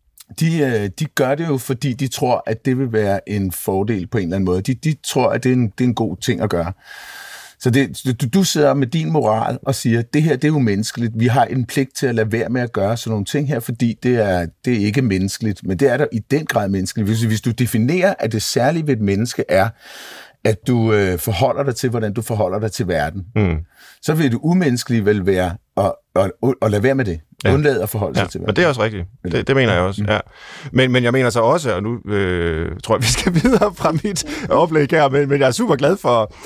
De gør det jo, fordi de tror, at det vil være en fordel på en eller anden måde. De tror, at det er en god ting at gøre. Så du sidder med din moral og siger, at det her, det er umenneskeligt. Vi har en pligt til at lade være med at gøre sådan nogle ting her, fordi det er ikke menneskeligt. Men det er der i den grad menneskeligt. Hvis du definerer, at det særlige ved et menneske er, at du forholder dig til, hvordan du forholder dig til verden, så vil det umenneskelige vel være at lade være med det. Undlade at forholde sig til verden. Men det er også rigtigt. Det mener jeg også, ja. Men jeg mener så også, og nu tror jeg, vi skal videre fra mit oplæg her, men jeg er super glad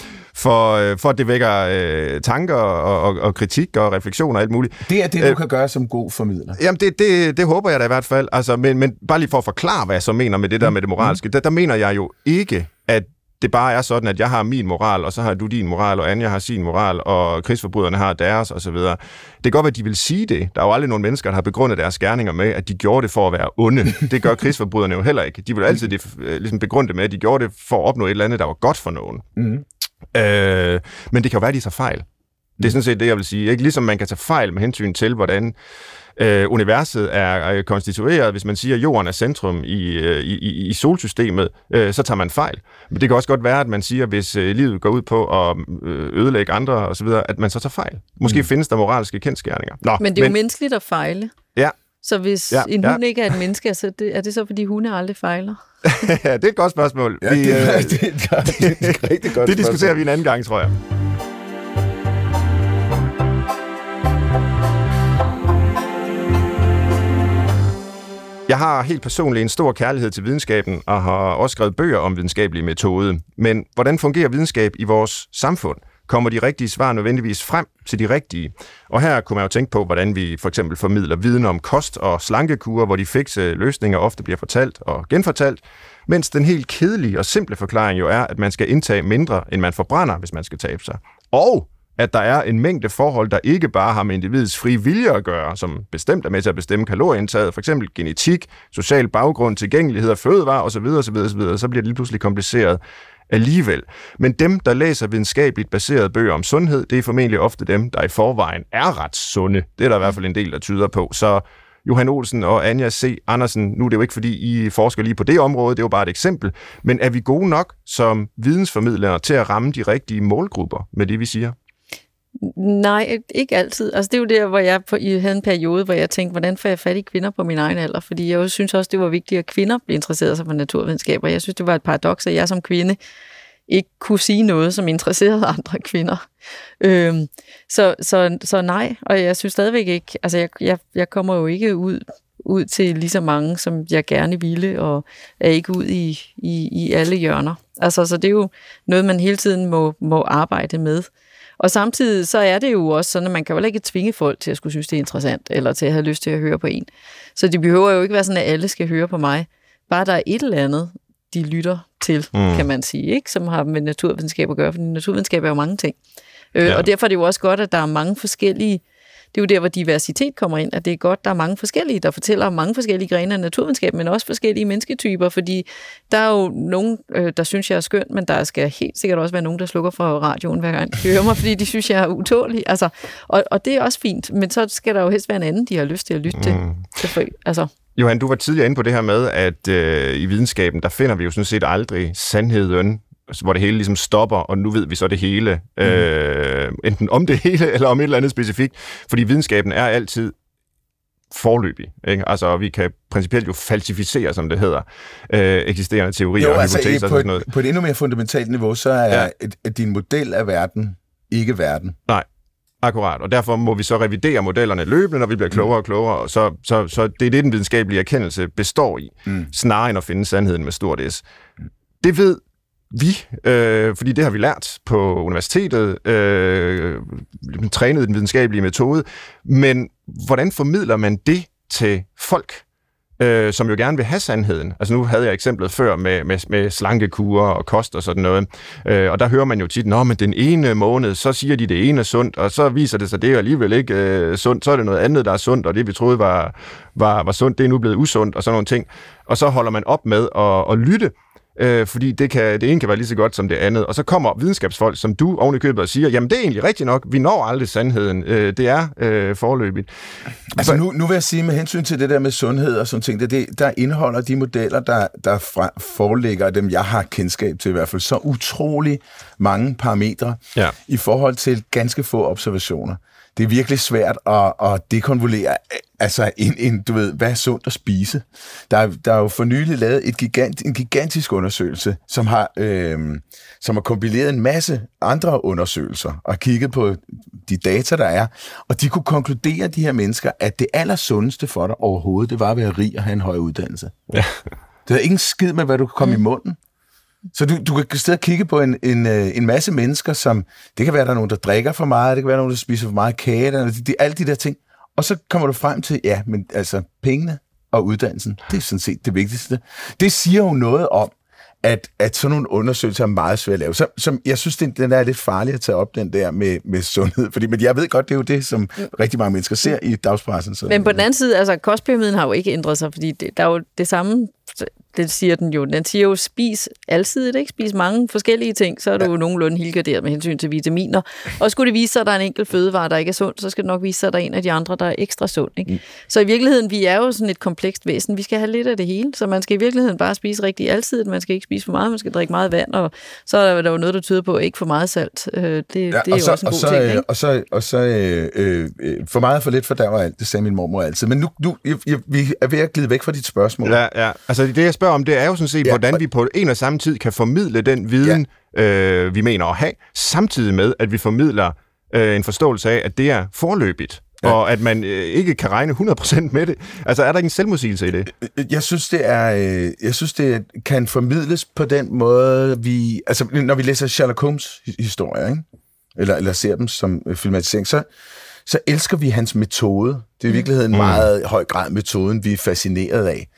for at det vækker tanker og kritik og refleksion og alt muligt. Det er det, du kan gøre som god formidler. Jamen, det håber jeg da i hvert fald. Altså, men bare lige for at forklare, hvad jeg så mener med det der med det moralske, der mener jeg jo ikke, at det bare er sådan, at jeg har min moral, og så har du din moral, og Anja har sin moral, og krigsforbryderne har deres, osv. Det kan godt være, at de vil sige det. Der er jo aldrig nogen mennesker, der har begrundet deres gerninger med, at de gjorde det for at være onde. Det gør krigsforbryderne jo heller ikke. De vil altid ligesom begrunde det med, at de gjorde det for at opnå et eller andet, der var godt for nogen. Men det kan jo være, at de tager fejl. Det er sådan set det, jeg vil sige. Ikke ligesom man kan tage fejl med hensyn til, hvordan universet er konstitueret. Hvis man siger, at jorden er centrum i solsystemet, så tager man fejl. Men det kan også godt være, at man siger, at hvis livet går ud på at ødelægge andre osv., at man så tager fejl. Måske findes der moralske kendsgerninger. Men det er jo menneskeligt at fejle. Ja. Så hvis en hund ikke er et menneske, så er det så, fordi hunde aldrig fejler? Ja, det er et godt spørgsmål. Ja, det er et rigtig godt det diskuterer vi en anden gang, tror jeg. Jeg har helt personligt en stor kærlighed til videnskaben, og har også skrevet bøger om videnskabelig metode. Men hvordan fungerer videnskab i vores samfund? Kommer de rigtige svar nødvendigvis frem til de rigtige? Og her kunne man jo tænke på, hvordan vi for eksempel formidler viden om kost og slankekurer, hvor de fikse løsninger ofte bliver fortalt og genfortalt, mens den helt kedelige og simple forklaring jo er, at man skal indtage mindre, end man forbrænder, hvis man skal tabe sig. Og at der er en mængde forhold, der ikke bare har med individets frie vilje at gøre, som bestemt er med til at bestemme kalorieindtaget, for eksempel genetik, social baggrund, tilgængelighed af fødevarer osv., så bliver det lige pludselig kompliceret alligevel. Men dem, der læser videnskabeligt baserede bøger om sundhed, det er formentlig ofte dem, der i forvejen er ret sunde. Det er der i hvert fald en del, der tyder på. Så Johan Olsen og Anja C. Andersen, nu er det jo ikke, fordi I forsker lige på det område, det er jo bare et eksempel, men er vi gode nok som vidensformidlere til at ramme de rigtige målgrupper med det, vi siger? Nej, ikke altid. Altså, det er jo der, hvor jeg havde en periode, hvor jeg tænkte, hvordan får jeg fat i kvinder på min egen alder? Fordi jeg synes også, det var vigtigt, at kvinder blev interesseret sig for naturvidenskab, og jeg synes, det var et paradoks, at jeg som kvinde ikke kunne sige noget, som interesserede andre kvinder. Så nej, og jeg synes stadigvæk ikke, altså jeg kommer jo ikke ud til lige så mange, som jeg gerne ville, og er ikke ud i alle hjørner. Altså, så det er jo noget, man hele tiden må arbejde med. Og samtidig så er det jo også sådan, at man kan jo ikke tvinge folk til at skulle synes, det er interessant, eller til at have lyst til at høre på en. Så det behøver jo ikke være sådan, at alle skal høre på mig. Bare der er et eller andet, de lytter til, kan man sige, ikke, som har med naturvidenskab at gøre, for naturvidenskab er jo mange ting. Og derfor er det jo også godt, at der er mange forskellige. Det er jo der, hvor diversitet kommer ind, at det er godt, der er mange forskellige, der fortæller om mange forskellige grene af naturvidenskab, men også forskellige mennesketyper, fordi der er jo nogen, der synes, jeg er skøn, men der skal helt sikkert også være nogen, der slukker for radioen hver gang de hører mig, fordi de synes, jeg er utålig. Altså, og det er også fint, men så skal der jo helst være en anden, de har lyst til at lytte til. Altså. Johan, du var tidligere inde på det her med, at i videnskaben, der finder vi jo sådan set aldrig sandheden, hvor det hele ligesom stopper, og nu ved vi så det hele, enten om det hele, eller om et eller andet specifikt, fordi videnskaben er altid forløbig, ikke? Altså, vi kan principielt jo falsificere, som det hedder, eksisterende teorier og hypoteser og sådan noget. På et endnu mere fundamentalt niveau, så er din model af verden ikke verden. Nej. Akkurat, og derfor må vi så revidere modellerne løbende, når vi bliver klogere og klogere, så det er det, den videnskabelige erkendelse består i, snarere end at finde sandheden med stort S. Det ved vi, fordi det har vi lært på universitetet, trænet den videnskabelige metode, men hvordan formidler man det til folk, som jo gerne vil have sandheden? Altså nu havde jeg eksemplet før med slankekurer og kost og sådan noget, og der hører man jo tit, men den ene måned, så siger de, det ene er sundt, og så viser det sig, det er alligevel ikke sundt, så er det noget andet, der er sundt, og det vi troede var sundt, det er nu blevet usundt, og sådan nogle ting. Og så holder man op med at lytte, fordi det ene kan være lige så godt som det andet. Og så kommer videnskabsfolk, som du oven i købet og siger, jamen det er egentlig rigtigt nok, vi når aldrig sandheden. Det er foreløbigt. Altså nu vil jeg sige, med hensyn til det der med sundhed og sådan ting, der indeholder de modeller, der foreligger, dem jeg har kendskab til i hvert fald, så utrolig mange parametre i forhold til ganske få observationer. Det er virkelig svært at dekonvolere, altså du ved, hvad er sundt at spise. Der er jo for nylig lavet en gigantisk undersøgelse, som har kombineret en masse andre undersøgelser og kigget på de data, der er, og de kunne konkludere, de her mennesker, at det allersundeste for dig overhovedet, det var at være rig og have en høj uddannelse. Ja. Det er ingen skid med, hvad du kan komme i munden. Så du kan stadig kigge på en masse mennesker, som, det kan være, der er nogen, der drikker for meget, det kan være nogen, der spiser for meget kage, alle de der ting. Og så kommer du frem til, men altså pengene og uddannelsen, det er sådan set det vigtigste. Det siger jo noget om, at sådan nogle undersøgelser er meget svært at lave. Så jeg synes, den er lidt farlig at tage op, den der med sundhed. Men jeg ved godt, det er jo det, som rigtig mange mennesker ser i dagspressen. Så. Men på den anden side, altså kostpyramiden har jo ikke ændret sig, fordi der er jo det samme, det siger den jo. Den siger jo, spis alsidigt, ikke? Spis mange forskellige ting, så er du jo nogenlunde helgarderet med hensyn til vitaminer. Og skulle det vise sig, at der er en enkelt fødevare, der ikke er sund, så skal det nok vise sig, at der er en af de andre, der er ekstra sund, ikke? Så i virkeligheden, vi er jo sådan et komplekst væsen. Vi skal have lidt af det hele, så man skal i virkeligheden bare spise rigtig alsidigt. Man skal ikke spise for meget, man skal drikke meget vand, og så er der jo noget, der tyder på, at ikke for meget salt. Det er jo også en god ting, ikke? Og så for meget for lidt for der var alt, det sagde min mormor altid. Men nu vi er ved at glide væk fra dit spørgsmål. Ja. Altså det, jeg spørger om, det er jo sådan set, hvordan vi på en og samme tid kan formidle den viden, vi mener at have, samtidig med, at vi formidler en forståelse af, at det er forløbigt, og at man ikke kan regne 100% med det. Altså, er der ikke en selvmodsigelse i det? Jeg synes, det kan formidles på den måde, når vi læser Sherlock Holmes historier, ikke? Eller ser dem som filmatisering, så elsker vi hans metode. Det er i virkeligheden en meget høj grad metoden, vi er fascineret af.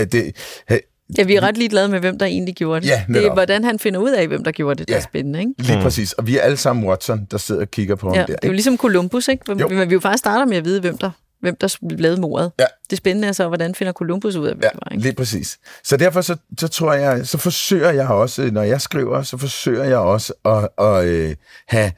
Ja, vi er ret ligeglade med, hvem der egentlig gjorde det. Ja, det er, hvordan han finder ud af, hvem der gjorde det, der er spændende, ikke? Lige præcis. Og vi er alle sammen Watson, der sidder og kigger på ham der. Det er jo ligesom Columbus, ikke? Vi jo faktisk starter med at vide, hvem der lavede mordet. Ja. Det spændende er så, hvordan finder Columbus ud af, hvem det var, ikke? Lige præcis. Så derfor så tror jeg, så forsøger jeg også, når jeg skriver, så forsøger jeg også at have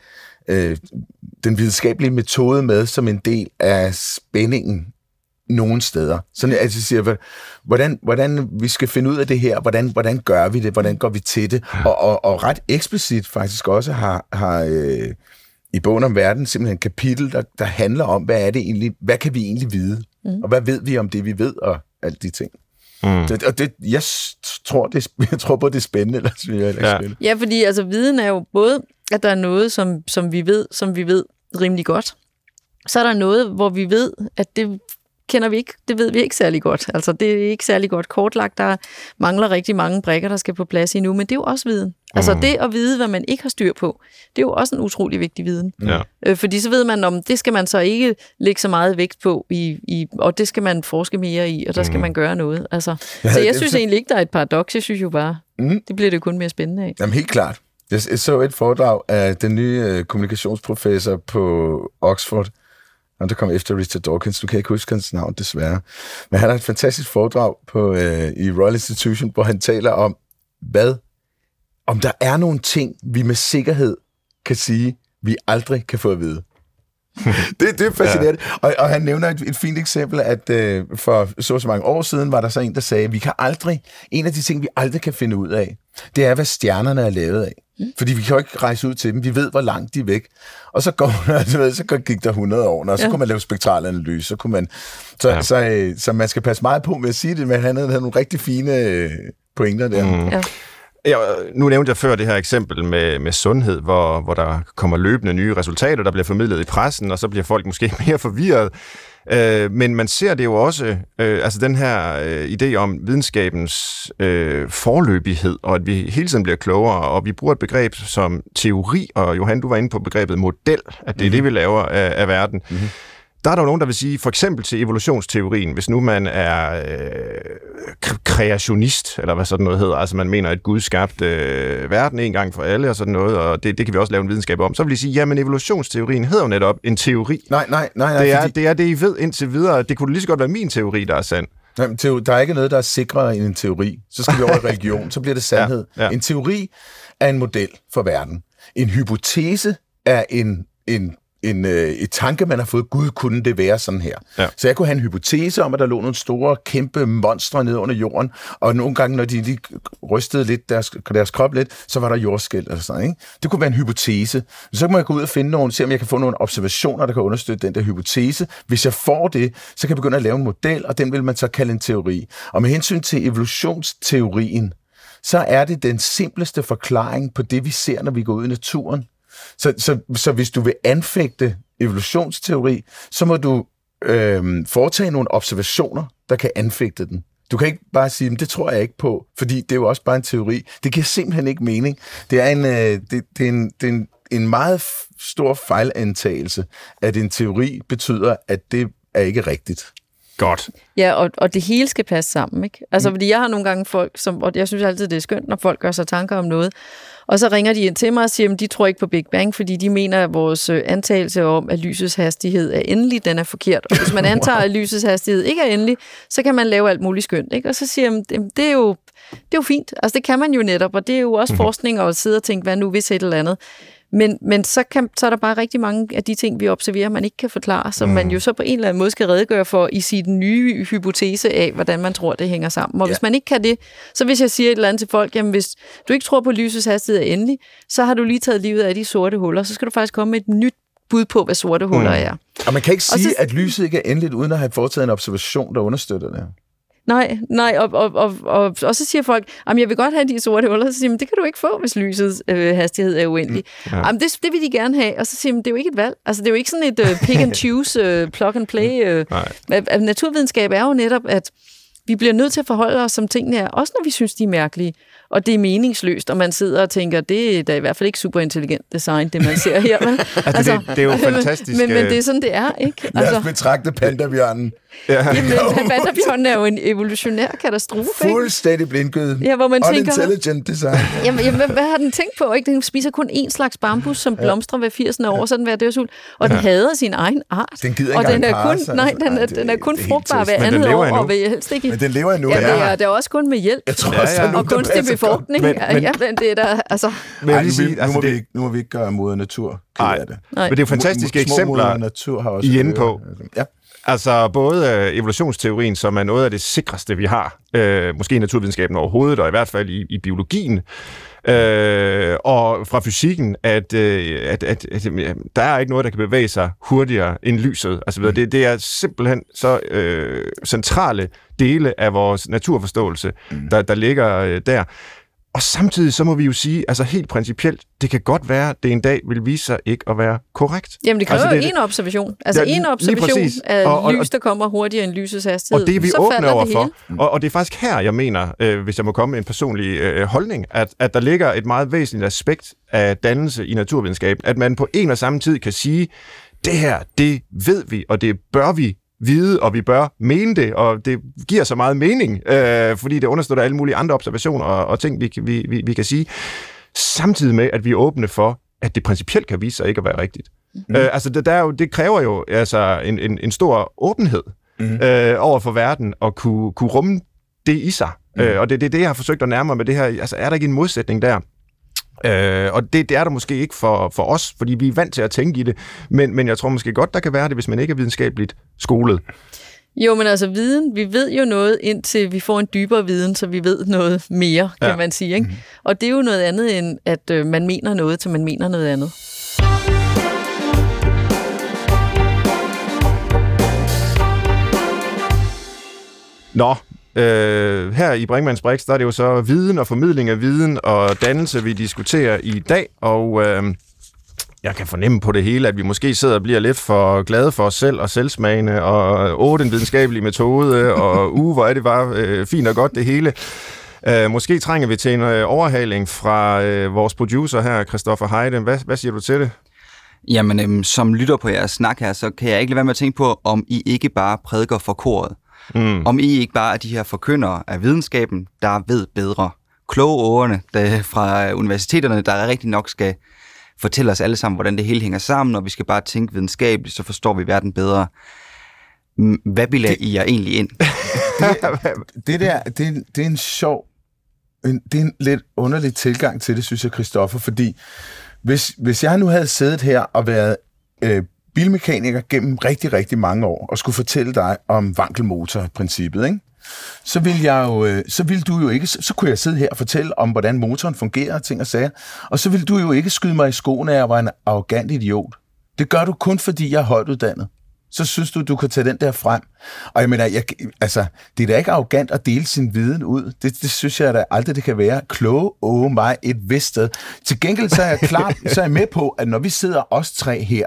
den videnskabelige metode med som en del af spændingen nogle steder. Sådan at jeg siger, hvordan vi skal finde ud af det her, hvordan gør vi det, hvordan går vi til det, og ret eksplicit faktisk også har i bogen om verden simpelthen et kapitel, der handler om, hvad kan vi egentlig vide, og hvad ved vi om det, vi ved, og alle de ting. Jeg tror på, det er spændende, eller synes jeg, spændende. Ja, fordi altså viden er jo både, at der er noget, som vi ved rimelig godt, så er der noget, hvor vi ved, at det kender vi ikke, det ved vi ikke særlig godt. Altså, det er ikke særlig godt kortlagt. Der mangler rigtig mange brikker, der skal på plads endnu, men det er jo også viden. Altså, det at vide, hvad man ikke har styr på, det er jo også en utrolig vigtig viden. Ja. Fordi så ved man, om det skal man så ikke lægge så meget vægt på, og det skal man forske mere i, og der skal man gøre noget. Altså, så jeg synes egentlig ikke, der er et paradoks. Jeg synes jo bare, det bliver det kun mere spændende af. Jamen, helt klart. Jeg så et foredrag af den nye kommunikationsprofessor på Oxford, og der kom efter Richard Dawkins. Du kan ikke huske hans navn, desværre. Men han har et fantastisk foredrag i Royal Institution, hvor han taler om, om der er nogle ting, vi med sikkerhed kan sige, vi aldrig kan få at vide. Det er fascinerende. Ja. Og han nævner et fint eksempel, at for så mange år siden var der så en, der sagde, en af de ting, vi aldrig kan finde ud af, det er, hvad stjernerne er lavet af. Fordi vi kan jo ikke rejse ud til dem. Vi ved, hvor langt de er væk. Og så gik der 100 år, og så kunne man lave spektralanalyse. Så man skal passe meget på med at sige det, men han havde nogle rigtig fine pointer der. Ja. Ja, nu nævnte jeg før det her eksempel med sundhed, hvor der kommer løbende nye resultater, der bliver formidlet i pressen, og så bliver folk måske mere forvirret. Men man ser det jo også, altså den her idé om videnskabens forløbighed, og at vi hele tiden bliver klogere, og vi bruger et begreb som teori, og Johan, du var inde på begrebet model, at det er det, vi laver af verden. Der er der jo nogen, der vil sige, for eksempel til evolutionsteorien, hvis nu man er kreationist, eller hvad sådan noget hedder, altså man mener, at Gud skabte verden en gang for alle, og sådan noget, og det kan vi også lave en videnskab om, så vil de sige, jamen evolutionsteorien hedder jo netop en teori. Nej. Det er det, I ved indtil videre. Det kunne lige så godt være min teori, der er sand. Der er ikke noget, der er sikrere end en teori. Så skal vi over i religion, så bliver det sandhed. Ja. En teori er en model for verden. En hypotese er et tanke, man har fået, Gud kunne det være sådan her. Ja. Så jeg kunne have en hypotese om, at der lå nogle store, kæmpe monstre nede under jorden, og nogle gange, når de rystede lidt deres krop lidt, så var der jordskælv eller sådan, ikke? Det kunne være en hypotese. Så kan man gå ud og finde se om jeg kan få nogle observationer, der kan understøtte den der hypotese. Hvis jeg får det, så kan jeg begynde at lave en model, og den vil man så kalde en teori. Og med hensyn til evolutionsteorien, så er det den simpleste forklaring på det, vi ser, når vi går ud i naturen. Så hvis du vil anfægte evolutionsteori, så må du foretage nogle observationer, der kan anfægte den. Du kan ikke bare sige, det tror jeg ikke på, fordi det er jo også bare en teori. Det giver simpelthen ikke mening. Det er en meget stor fejlantagelse, at en teori betyder, at det er ikke rigtigt. Godt. Ja, og det hele skal passe sammen, ikke? Altså, fordi jeg har nogle gange folk, og jeg synes altid, det er skønt, når folk gør sig tanker om noget, og så ringer de ind til mig og siger, at de tror ikke på Big Bang, fordi de mener, at vores antagelse om, at lysets hastighed er endelig, den er forkert. Og hvis man antager, at lysets hastighed ikke er endelig, så kan man lave alt muligt skønt, ikke? Og så siger jeg, det er jo fint. Altså, det kan man jo netop, og det er jo også forskning at sidde og tænke, hvad nu hvis et eller andet. Men så er der bare rigtig mange af de ting, vi observerer, man ikke kan forklare, som man jo så på en eller anden måde skal redegøre for i sin nye hypotese af, hvordan man tror, det hænger sammen. Og hvis man ikke kan det, så hvis jeg siger et eller andet til folk, jamen hvis du ikke tror på, at lysets hastighed er endelig, så har du lige taget livet af de sorte huller, så skal du faktisk komme med et nyt bud på, hvad sorte huller er. Og man kan ikke sige, at lyset ikke er endeligt, uden at have foretaget en observation, der understøtter det. Nej, og så siger folk, at jeg vil godt have de sorte huller, så siger de, det kan du ikke få, hvis lysets hastighed er uendelig. Jamen, det vil de gerne have, og så siger de, det er jo ikke et valg. Altså, det er jo ikke sådan et pick and choose, plug and play. Naturvidenskab er jo netop, at vi bliver nødt til at forholde os som tingene er, også når vi synes, de er mærkelige. Og det er meningsløst, og man sidder og tænker, det er da i hvert fald ikke super intelligent design, det man ser her. Men, det er jo fantastisk. Men det er sådan, det er, ikke? Lad os betragte pandabjørnen. Jamen, pandabjørnen er jo en evolutionær katastrofe, ikke? Fuldstændig blindgyde. Ja, hvor man tænker, unintelligent design. Jamen, hvad har den tænkt på? Ikke? Den spiser kun én slags bambus, som blomstrer hver 80. år, så den hver dødsult. Og den hader sin egen art. Den gider og ikke den er kun, nej, den er kun frugtbar hver andet år, og vil helst ikke. Men den lever endnu. Ja, det er også kun med hjælp. Jeg tror også, og kunstig befrugtning. Men det er der, altså. Nu må vi ikke gøre moder natur. Nej, men det er jo fantastiske eksempler, I er inde på. Ja. Altså både evolutionsteorien, som er noget af det sikreste, vi har, måske i naturvidenskaben overhovedet, og i hvert fald i biologien, og fra fysikken, at der er ikke noget, der kan bevæge sig hurtigere end lyset. Altså, det er simpelthen så centrale dele af vores naturforståelse, der ligger der. Og samtidig så må vi jo sige, altså helt principielt, det kan godt være, det en dag vil vise sig ikke at være korrekt. Jamen det kræver jo en observation. Altså en observation af lys, der kommer hurtigere end lysets hastighed. Og det er vi åbne over for. Og det er faktisk her, jeg mener, hvis jeg må komme med en personlig holdning, at der ligger et meget væsentligt aspekt af dannelse i naturvidenskab, at man på en og samme tid kan sige, det her, det ved vi, og det bør vi vide, og vi bør mene det, og det giver så meget mening, fordi det understøtter alle mulige andre observationer og ting, vi kan sige, samtidig med, at vi er åbne for, at det principielt kan vise sig ikke at være rigtigt. Altså, det kræver jo altså en stor åbenhed over for verden, at kunne rumme det i sig. Og det er det, jeg har forsøgt at nærme med det her. Altså, er der ikke en modsætning der? Og det er der måske ikke for os, fordi vi er vant til at tænke i det, men jeg tror måske godt, der kan være det, hvis man ikke er videnskabeligt skolet. Jo, men altså viden, vi ved jo noget, indtil vi får en dybere viden, så vi ved noget mere, kan man sige. Ikke? Og det er jo noget andet, end at man mener noget, til man mener noget andet. Nå, her i Brinkmanns Brix, der er det jo så viden og formidling af viden og dannelse, vi diskuterer i dag, og jeg kan fornemme på det hele, at vi måske sidder og bliver lidt for glade for os selv og selvsmagende, og den videnskabelige metode, og hvor er det bare fint og godt det hele. Måske trænger vi til en overhaling fra vores producer her, Christoffer Heide. Hvad siger du til det? Jamen, som lytter på jeres snak her, så kan jeg ikke lade være med at tænke på, om I ikke bare prædiker for koret. Om I ikke bare er de her forkyndere af videnskaben, der ved bedre. Kloge årene fra universiteterne, der rigtig nok skal fortælle os alle sammen, hvordan det hele hænger sammen, og vi skal bare tænke videnskabeligt, så forstår vi verden bedre. Hvad bilder I jer egentlig ind? Det er en sjov, det er en lidt underlig tilgang til det, synes jeg, Christoffer, fordi hvis jeg nu havde siddet her og været bilmekaniker gennem rigtig, rigtig mange år, og skulle fortælle dig om vankelmotorprincippet, ikke? Så ville du jo ikke, så kunne jeg sidde her og fortælle om, hvordan motoren fungerer, ting og sager, og så ville du jo ikke skyde mig i skoene, at jeg var en arrogant idiot. Det gør du kun, fordi jeg er højtuddannet. Så synes du kan tage den der frem. Og jeg mener, det er da ikke arrogant at dele sin viden ud. Det synes jeg da aldrig, det kan være. Kloge mig et vist sted. Til gengæld så er jeg klar, så er jeg med på, at når vi sidder os tre her,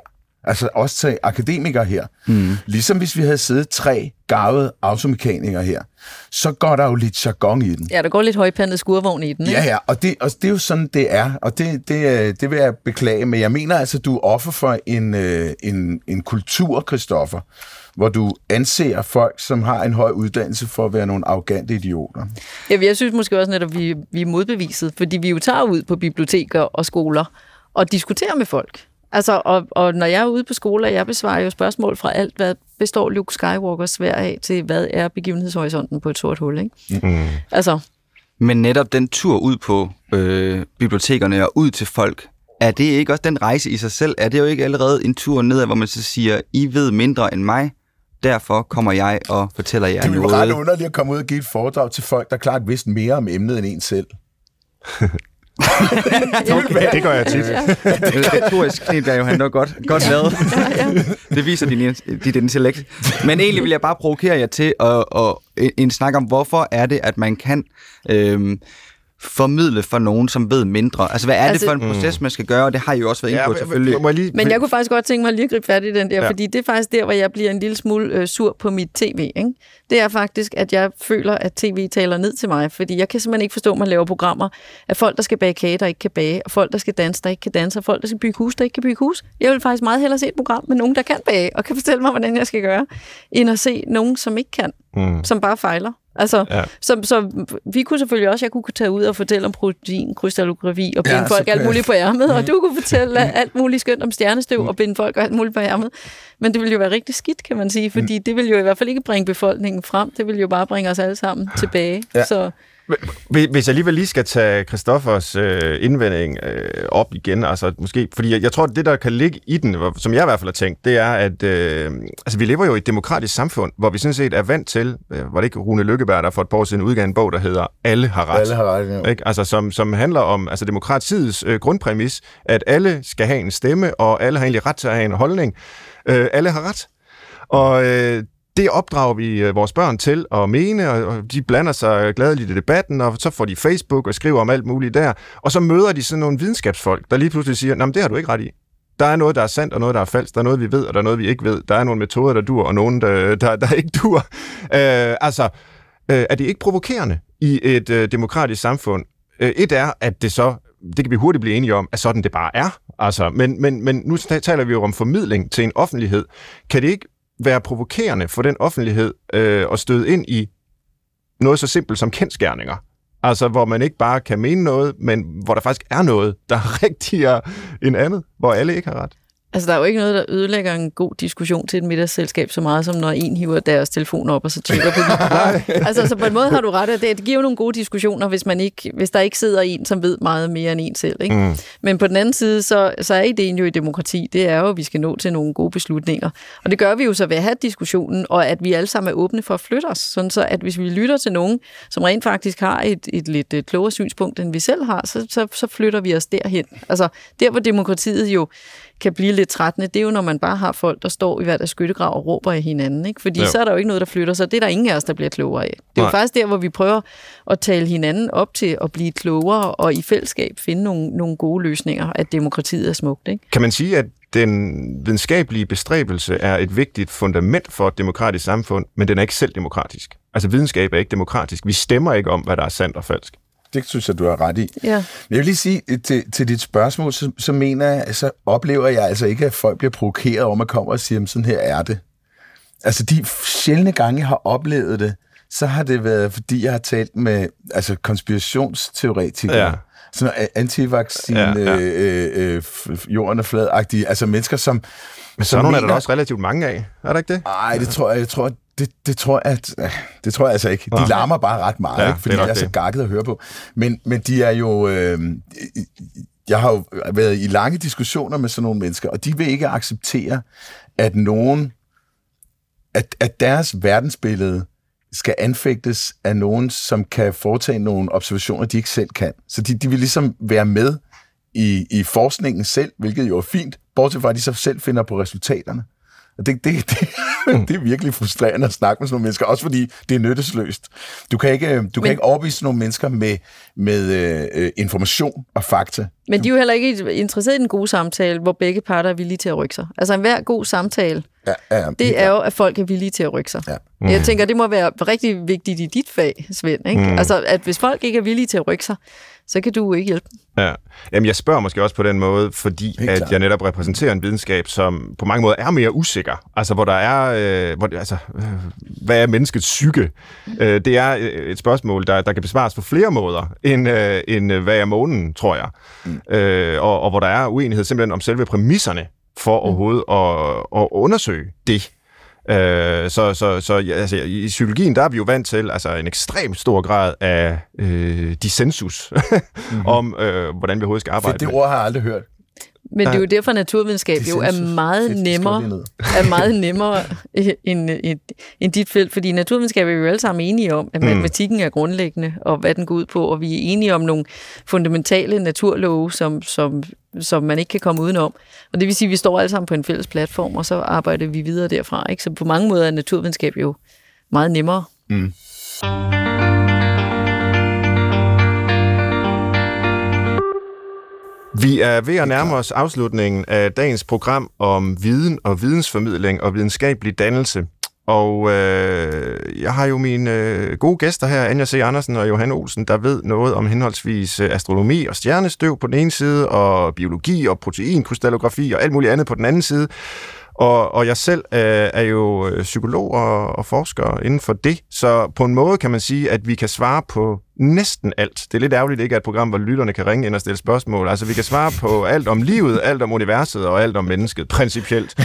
Altså også til akademikere her. Ligesom hvis vi havde siddet 3 garvede automekanikere her, så går der jo lidt jargon i den. Ja, der går lidt højpandet skurvogn i den, ikke? Ja, og det er jo sådan, det er. Og det vil jeg beklage, men jeg mener altså, du er offer for en kultur, Christoffer, hvor du anser folk, som har en høj uddannelse, for at være nogle arrogante idioter. Ja, jeg synes måske også netop, at vi er modbeviset, fordi vi jo tager ud på biblioteker og skoler og diskuterer med folk. Altså, og når jeg er ude på skoler, jeg besvarer jo spørgsmål fra alt, hvad består Luke Skywalkers sværd af, til hvad er begivenhedshorisonten på et sort hul, ikke? Altså. Men netop den tur ud på bibliotekerne og ud til folk, er det ikke også den rejse i sig selv? Er det jo ikke allerede en tur nedad, hvor man så siger, I ved mindre end mig, derfor kommer jeg og fortæller jer noget? Det er jo ret underligt at komme ud og give et foredrag til folk, der klart vidste mere om emnet end en selv. Det gør jeg tit. Retorisk knep er jo han godt lavet. Det viser dit intellekt. Men egentlig vil jeg bare provokere jer til en snak om, hvorfor er det, at man kan formidle for nogen, som ved mindre. Altså, hvad er det for en proces, man skal gøre? Og det har I jo også været inde på, selvfølgelig. Men jeg kunne faktisk godt tænke mig lige at gribe fat i den der, fordi det er faktisk der, hvor jeg bliver en lille smule sur på mit tv, ikke? Det er faktisk, at jeg føler, at tv taler ned til mig, fordi jeg kan simpelthen ikke forstå, at man laver programmer af folk, der skal bage kage, der ikke kan bage, og folk, der skal danse, der ikke kan danse, og folk, der skal bygge hus, der ikke kan bygge hus. Jeg vil faktisk meget hellere se et program med nogen, der kan bage, og kan fortælle mig, hvordan jeg skal gøre, end at se nogen, som ikke kan, som bare fejler. Altså, så vi kunne selvfølgelig også, jeg kunne tage ud og fortælle om proteinkrystallografi og binde folk alt muligt på ærmet, og du kunne fortælle alt muligt skønt om stjernestøv og binde folk alt muligt på ærmet. Men det ville jo være rigtig skidt, kan man sige, fordi det ville jo i hvert fald ikke bringe befolkningen frem, det ville jo bare bringe os alle sammen tilbage. Ja. Så hvis jeg alligevel lige skal tage Christoffers indvending op igen, altså måske, fordi jeg tror, at det, der kan ligge i den, som jeg i hvert fald har tænkt, det er, at altså, vi lever jo i et demokratisk samfund, hvor vi sådan set er vant til, var det ikke Rune Lykkeberg, der for et par år siden udgav en bog, der hedder Alle har ret. Alle har ret, ja. Ikke? Altså, som handler om altså, demokratiets grundpræmis, at alle skal have en stemme, og alle har egentlig ret til at have en holdning. Alle har ret. Og det opdrager vi vores børn til at mene, og de blander sig gladeligt i debatten, og så får de Facebook og skriver om alt muligt der, og så møder de sådan nogle videnskabsfolk, der lige pludselig siger, nej, men det har du ikke ret i. Der er noget, der er sandt, og noget, der er falsk. Der er noget, vi ved, og der er noget, vi ikke ved. Der er nogle metoder, der dur, og nogle, der ikke dur. Er det ikke provokerende i et demokratisk samfund? Et er, at det kan vi hurtigt blive enige om, at sådan det bare er. Altså, men nu taler vi jo om formidling til en offentlighed. Kan det ikke være provokerende for den offentlighed at støde ind i noget så simpelt som kendsgerninger? Altså, hvor man ikke bare kan mene noget, men hvor der faktisk er noget, der er rigtigere end andet, hvor alle ikke har ret. Altså, der er jo ikke noget, der ødelægger en god diskussion til et middagsselskab så meget, som når en hiver deres telefon op og så tjekker på det. Altså, så på en måde har du ret, at det giver jo nogle gode diskussioner, hvis der ikke sidder en, som ved meget mere end en selv. Ikke? Men på den anden side, så er ideen jo i demokrati, det er jo, at vi skal nå til nogle gode beslutninger. Og det gør vi jo så ved at have diskussionen, og at vi alle sammen er åbne for at flytte os. Sådan så, at hvis vi lytter til nogen, som rent faktisk har et lidt klogere synspunkt, end vi selv har, så flytter vi os derhen. Altså, der hvor demokratiet jo kan blive lidt trættende, det er jo, når man bare har folk, der står i hver deres skyttegrav og råber af hinanden. Ikke? Fordi så er der jo ikke noget, der flytter sig. Det er der ingen af os, der bliver klogere af. Det er jo faktisk der, hvor vi prøver at tale hinanden op til at blive klogere, og i fællesskab finde nogle gode løsninger, at demokratiet er smukt. Ikke? Kan man sige, at den videnskabelige bestræbelse er et vigtigt fundament for et demokratisk samfund, men den er ikke selv demokratisk? Altså, videnskab er ikke demokratisk. Vi stemmer ikke om, hvad der er sandt og falsk. Det synes jeg, du har ret i. Ja. Men jeg vil lige sige, til dit spørgsmål, så mener jeg, så oplever jeg altså ikke, at folk bliver provokeret over, at man kommer og siger, sådan her er det. Altså, de sjældne gange, jeg har oplevet det, så har det været, fordi jeg har talt med konspirationsteoretikere. Ja. Sådan antivaccine, jorden er flad-agtige, altså mennesker, som... Men sådan nogle er der også relativt mange af, er der ikke det? Nej, det tror jeg altså ikke. De larmer bare ret meget, ikke? Fordi jeg er så gakket at høre på. Men de er jo... jeg har jo været i lange diskussioner med sådan nogle mennesker, og de vil ikke acceptere, at at deres verdensbillede skal anfægtes af nogen, som kan foretage nogle observationer, de ikke selv kan. Så de vil ligesom være med i forskningen selv, hvilket jo er fint, bortset fra, at de så selv finder på resultaterne. Og det er virkelig frustrerende at snakke med sådan nogle mennesker, også fordi det er nyttesløst. Du kan ikke overbevise nogle mennesker med information og fakta. Men de er jo heller ikke interesseret i en god samtale, hvor begge parter er villige til at rykke sig. Altså enhver god samtale, det er jo, at folk er villige til at rykke sig. Ja. Jeg tænker, det må være rigtig vigtigt i dit fag, Svend. Ikke? Altså, at hvis folk ikke er villige til at rykke sig, så kan du ikke hjælpe dem. Ja. Jamen, jeg spørger måske også på den måde, fordi at jeg netop repræsenterer en videnskab, som på mange måder er mere usikker. Altså, hvor der er... hvad er menneskets psyke? Det er et spørgsmål, der kan besvares på flere måder, end hvad er månen, tror jeg. Og hvor der er uenighed simpelthen om selve præmisserne for overhovedet at undersøge det. Altså, i psykologien, der er vi jo vant til en ekstremt stor grad af dissensus om, hvordan vi overhovedet skal arbejde. Det ord har jeg aldrig hørt. Men det er jo derfor, naturvidenskab jo er meget nemmere end dit felt, fordi naturvidenskab er vi jo alle sammen enige om, at matematikken er grundlæggende, og hvad den går ud på, og vi er enige om nogle fundamentale naturlove, som man ikke kan komme udenom. Og det vil sige, at vi står alle sammen på en fælles platform, og så arbejder vi videre derfra. Ikke? Så på mange måder er naturvidenskab jo meget nemmere. Vi er ved at nærme os afslutningen af dagens program om viden og vidensformidling og videnskabelig dannelse. Og jeg har jo mine gode gæster her, Anja C. Andersen og Johan Olsen, der ved noget om henholdsvis astronomi og stjernestøv på den ene side, og biologi og proteinkrystallografi og alt muligt andet på den anden side. Og jeg selv er jo psykolog og forsker inden for det, så på en måde kan man sige, at vi kan svare på næsten alt. Det er lidt ærgerligt ikke, at et program, hvor lytterne kan ringe ind og stille spørgsmål. Altså, vi kan svare på alt om livet, alt om universet og alt om mennesket, principielt.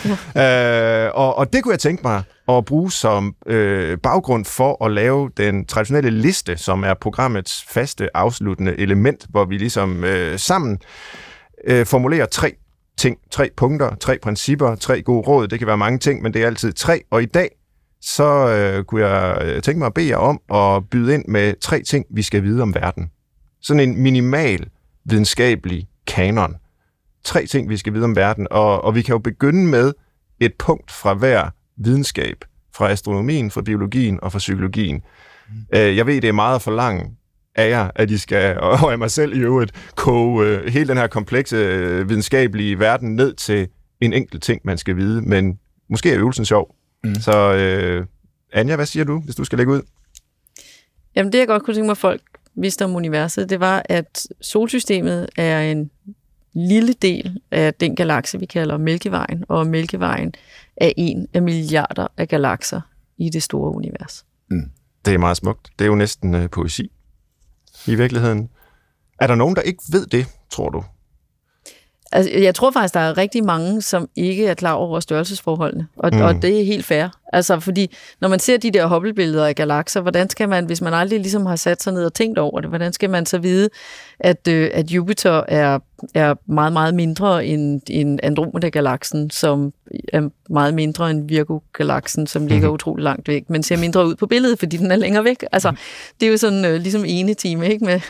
Og det kunne jeg tænke mig at bruge som baggrund for at lave den traditionelle liste, som er programmets faste afsluttende element, hvor vi ligesom sammen formulerer 3 punkter, 3 principper, 3 gode råd. Det kan være mange ting, men det er altid 3. Og i dag, så kunne jeg tænke mig at bede jer om at byde ind med 3 ting, vi skal vide om verden. Sådan en minimal videnskabelig kanon. 3 ting, vi skal vide om verden. Og vi kan jo begynde med et punkt fra hver videnskab. Fra astronomien, fra biologien og fra psykologien. Jeg ved, det er meget for langt af jer, at I skal, og af mig selv i øvrigt, koge hele den her komplekse videnskabelige verden ned til en enkelt ting, man skal vide, men måske er øvelsen sjov. Så Anja, hvad siger du, hvis du skal lægge ud? Jamen det, jeg godt kunne tænke mig, at folk vidste om universet, det var, at solsystemet er en lille del af den galakse, vi kalder Mælkevejen, og Mælkevejen er en af milliarder af galakser i det store univers. Det er meget smukt. Det er jo næsten poesi. I virkeligheden. Er der nogen, der ikke ved det, tror du? Altså, jeg tror faktisk, der er rigtig mange, som ikke er klar over størrelsesforholdene, og det er helt fair. Altså, fordi når man ser de der Hubble-billeder af galakser, hvordan skal man, hvis man aldrig ligesom har sat sig ned og tænkt over det, hvordan skal man så vide, at Jupiter er meget, meget mindre end Andromeda-galaksen, som er meget mindre end Virgo-galaksen, som ligger utrolig langt væk, men ser mindre ud på billedet, fordi den er længere væk. Altså, det er jo sådan ligesom ene time, ikke? Med,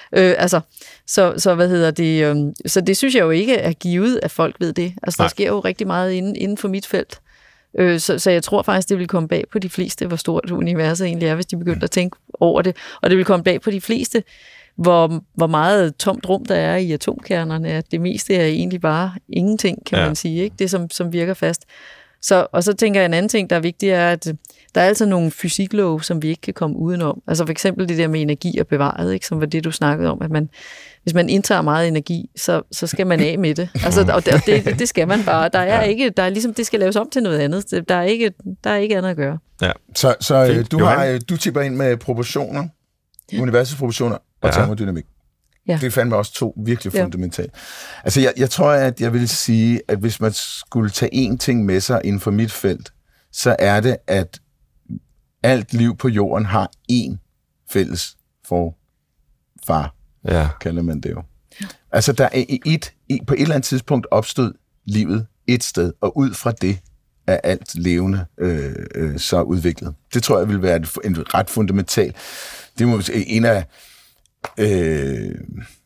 Så hvad hedder det? Så det synes jeg jo ikke er givet, at folk ved det. Altså, der sker jo rigtig meget inden for mit felt. Så jeg tror faktisk, det vil komme bag på de fleste, hvor stort universet egentlig er, hvis de begynder at tænke over det. Og det vil komme bag på de fleste, hvor meget tomt rum der er i atomkernerne. At det meste er egentlig bare ingenting, kan man sige. Ikke? Det, som virker fast. Og så tænker jeg, en anden ting, der er vigtig, er, at der er altså nogle fysiklove, som vi ikke kan komme udenom. Altså for eksempel det der med energi og bevaret, ikke? Som var det, du snakkede om, at hvis man indtager meget energi, så skal man af med det. Altså, og det skal man bare. Der er ligesom, det skal laves om til noget andet. Der er ikke andet at gøre. Ja. Så du tipper ind med proportioner, universets proportioner og termodynamik. Ja. Det fandt mig også 2 virkelig fundamentale. Altså, jeg tror, at jeg vil sige, at hvis man skulle tage én ting med sig inden for mit felt, så er det, at alt liv på jorden har én fælles forfar, kalder man det jo. Ja. Altså, der er på et eller andet tidspunkt opstod livet et sted, og ud fra det er alt levende så udviklet. Det tror jeg vil være en ret fundamental. Det er en af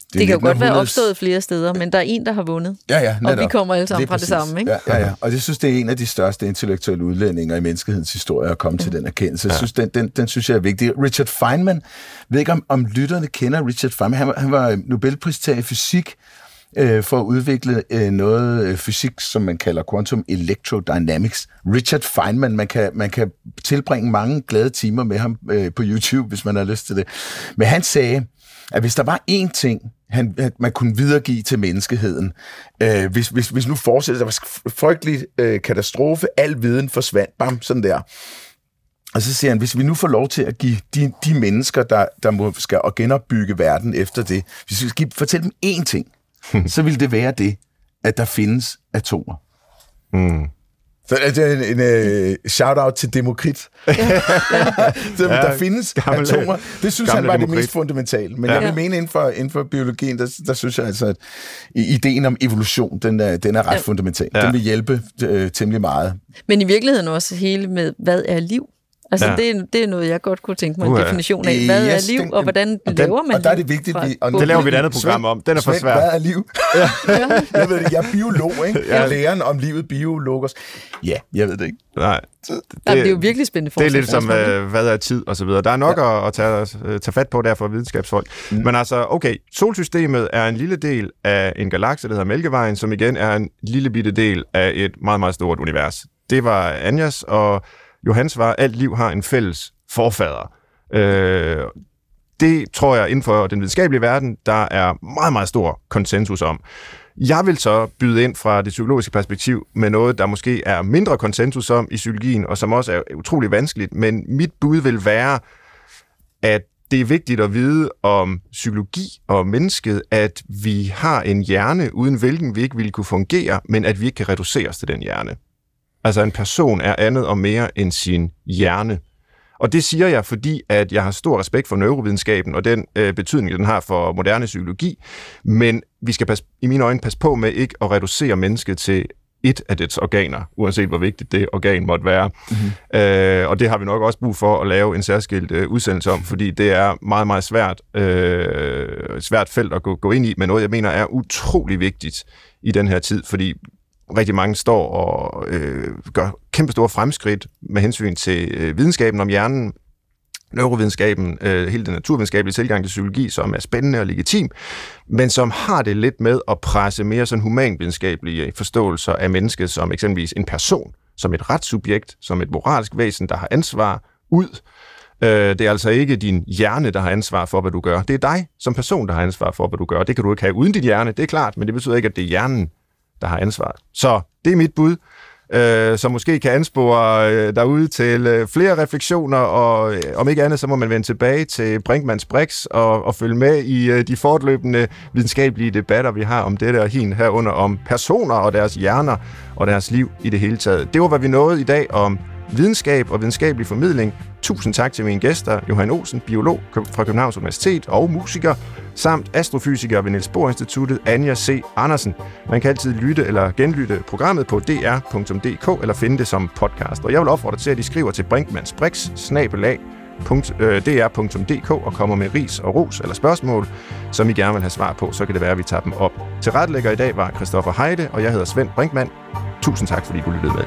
Det kan jo godt være opstået flere steder, men der er en, der har vundet. Ja, netop. Og vi kommer alle sammen fra det samme, ikke? Ja. Og jeg synes, det er en af de største intellektuelle udlændinger i menneskehedens historie at komme til den erkendelse. Jeg synes, den synes jeg er vigtig. Richard Feynman, jeg ved ikke om lytterne kender Richard Feynman. Han var Nobelpristager i fysik for at udvikle noget fysik, som man kalder quantum electrodynamics. Richard Feynman, man kan tilbringe mange glade timer med ham på YouTube, hvis man har lyst til det. Men han sagde, at hvis der var én ting, man kunne videregive til menneskeheden, hvis nu fortsætter, der var frygtelig katastrofe, al viden forsvandt, bam, sådan der. Og så siger han, hvis vi nu får lov til at give de mennesker, der skal genopbygge verden efter det, hvis vi skal fortælle dem én ting, så vil det være det, at der findes atomer. Så det er en shout-out til Demokrit. Der findes atomer. Det synes han var det mest fundamentale. Men jeg vil mene, inden for biologien, der synes jeg altså, at ideen om evolution, den er ret fundamental. Den vil hjælpe temmelig meget. Men i virkeligheden også hele med, hvad er liv? Altså, det er noget, jeg godt kunne tænke mig en definition af. Hvad er liv, og hvordan laver man og der er det vigtigt, det laver vi et andet program om. Den er for svær. Hvad er liv? Jeg ved det, jeg er biolog, ikke? Jeg er læreren om livet, biologos. Ja, jeg ved det ikke. Nej. Det er jo virkelig spændende forskning. Det er lidt som, hvad er tid, og så videre. Der er nok at tage fat på der for videnskabsfolk. Men altså, okay, solsystemet er en lille del af en galakse, der hedder Mælkevejen, som igen er en lille bitte del af et meget, meget stort univers. Det var Anjas, og Johans var, alt liv har en fælles forfader. Det tror jeg, inden for den videnskabelige verden, der er meget, meget stor konsensus om. Jeg vil så byde ind fra det psykologiske perspektiv med noget, der måske er mindre konsensus om i psykologien, og som også er utrolig vanskeligt, men mit bud vil være, at det er vigtigt at vide om psykologi og mennesket, at vi har en hjerne, uden hvilken vi ikke ville kunne fungere, men at vi ikke kan reduceres til den hjerne. Altså en person er andet og mere end sin hjerne. Og det siger jeg, fordi at jeg har stor respekt for neurovidenskaben og den betydning, den har for moderne psykologi. Men vi skal i mine øjne passe på med ikke at reducere mennesket til et af dets organer, uanset hvor vigtigt det organ måtte være. Og det har vi nok også brug for at lave en særskilt udsendelse om, fordi det er meget, meget svært felt at gå ind i, men noget, jeg mener er utrolig vigtigt i den her tid, fordi rigtig mange står og gør kæmpe store fremskridt med hensyn til videnskaben om hjernen, neurovidenskaben, hele den naturvidenskabelige tilgang til psykologi, som er spændende og legitim, men som har det lidt med at presse mere sådan humanvidenskabelige forståelser af mennesket som eksempelvis en person, som et retssubjekt, som et moralsk væsen, der har ansvar ud. Det er altså ikke din hjerne, der har ansvar for, hvad du gør. Det er dig som person, der har ansvar for, hvad du gør. Det kan du ikke have uden din hjerne, det er klart, men det betyder ikke, at det er hjernen, der har ansvaret. Så det er mit bud, som måske kan anspore derude til flere refleksioner, og om ikke andet, så må man vende tilbage til Brinkmanns Brix og følge med i de fortløbende videnskabelige debatter, vi har om dette og hin herunder om personer og deres hjerner og deres liv i det hele taget. Det var, hvad vi nåede i dag om videnskab og videnskabelig formidling. Tusind tak til mine gæster, Johan Olsen, biolog fra Københavns Universitet og musiker, samt astrofysiker ved Niels Bohr Instituttet, Anja C. Andersen. Man kan altid lytte eller genlytte programmet på dr.dk eller finde det som podcast. Og jeg vil opfordre til, at I skriver til brinkmannsbrix@dr.dk og kommer med ris og ros eller spørgsmål, som I gerne vil have svar på, så kan det være, at vi tager dem op. Tilrettelægger i dag var Christoffer Heide, og jeg hedder Svend Brinkmann. Tusind tak, fordi du lyttede med.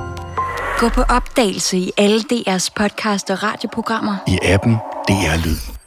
Gå på opdagelse i alle DR's podcast og radioprogrammer. I appen DR Lyd.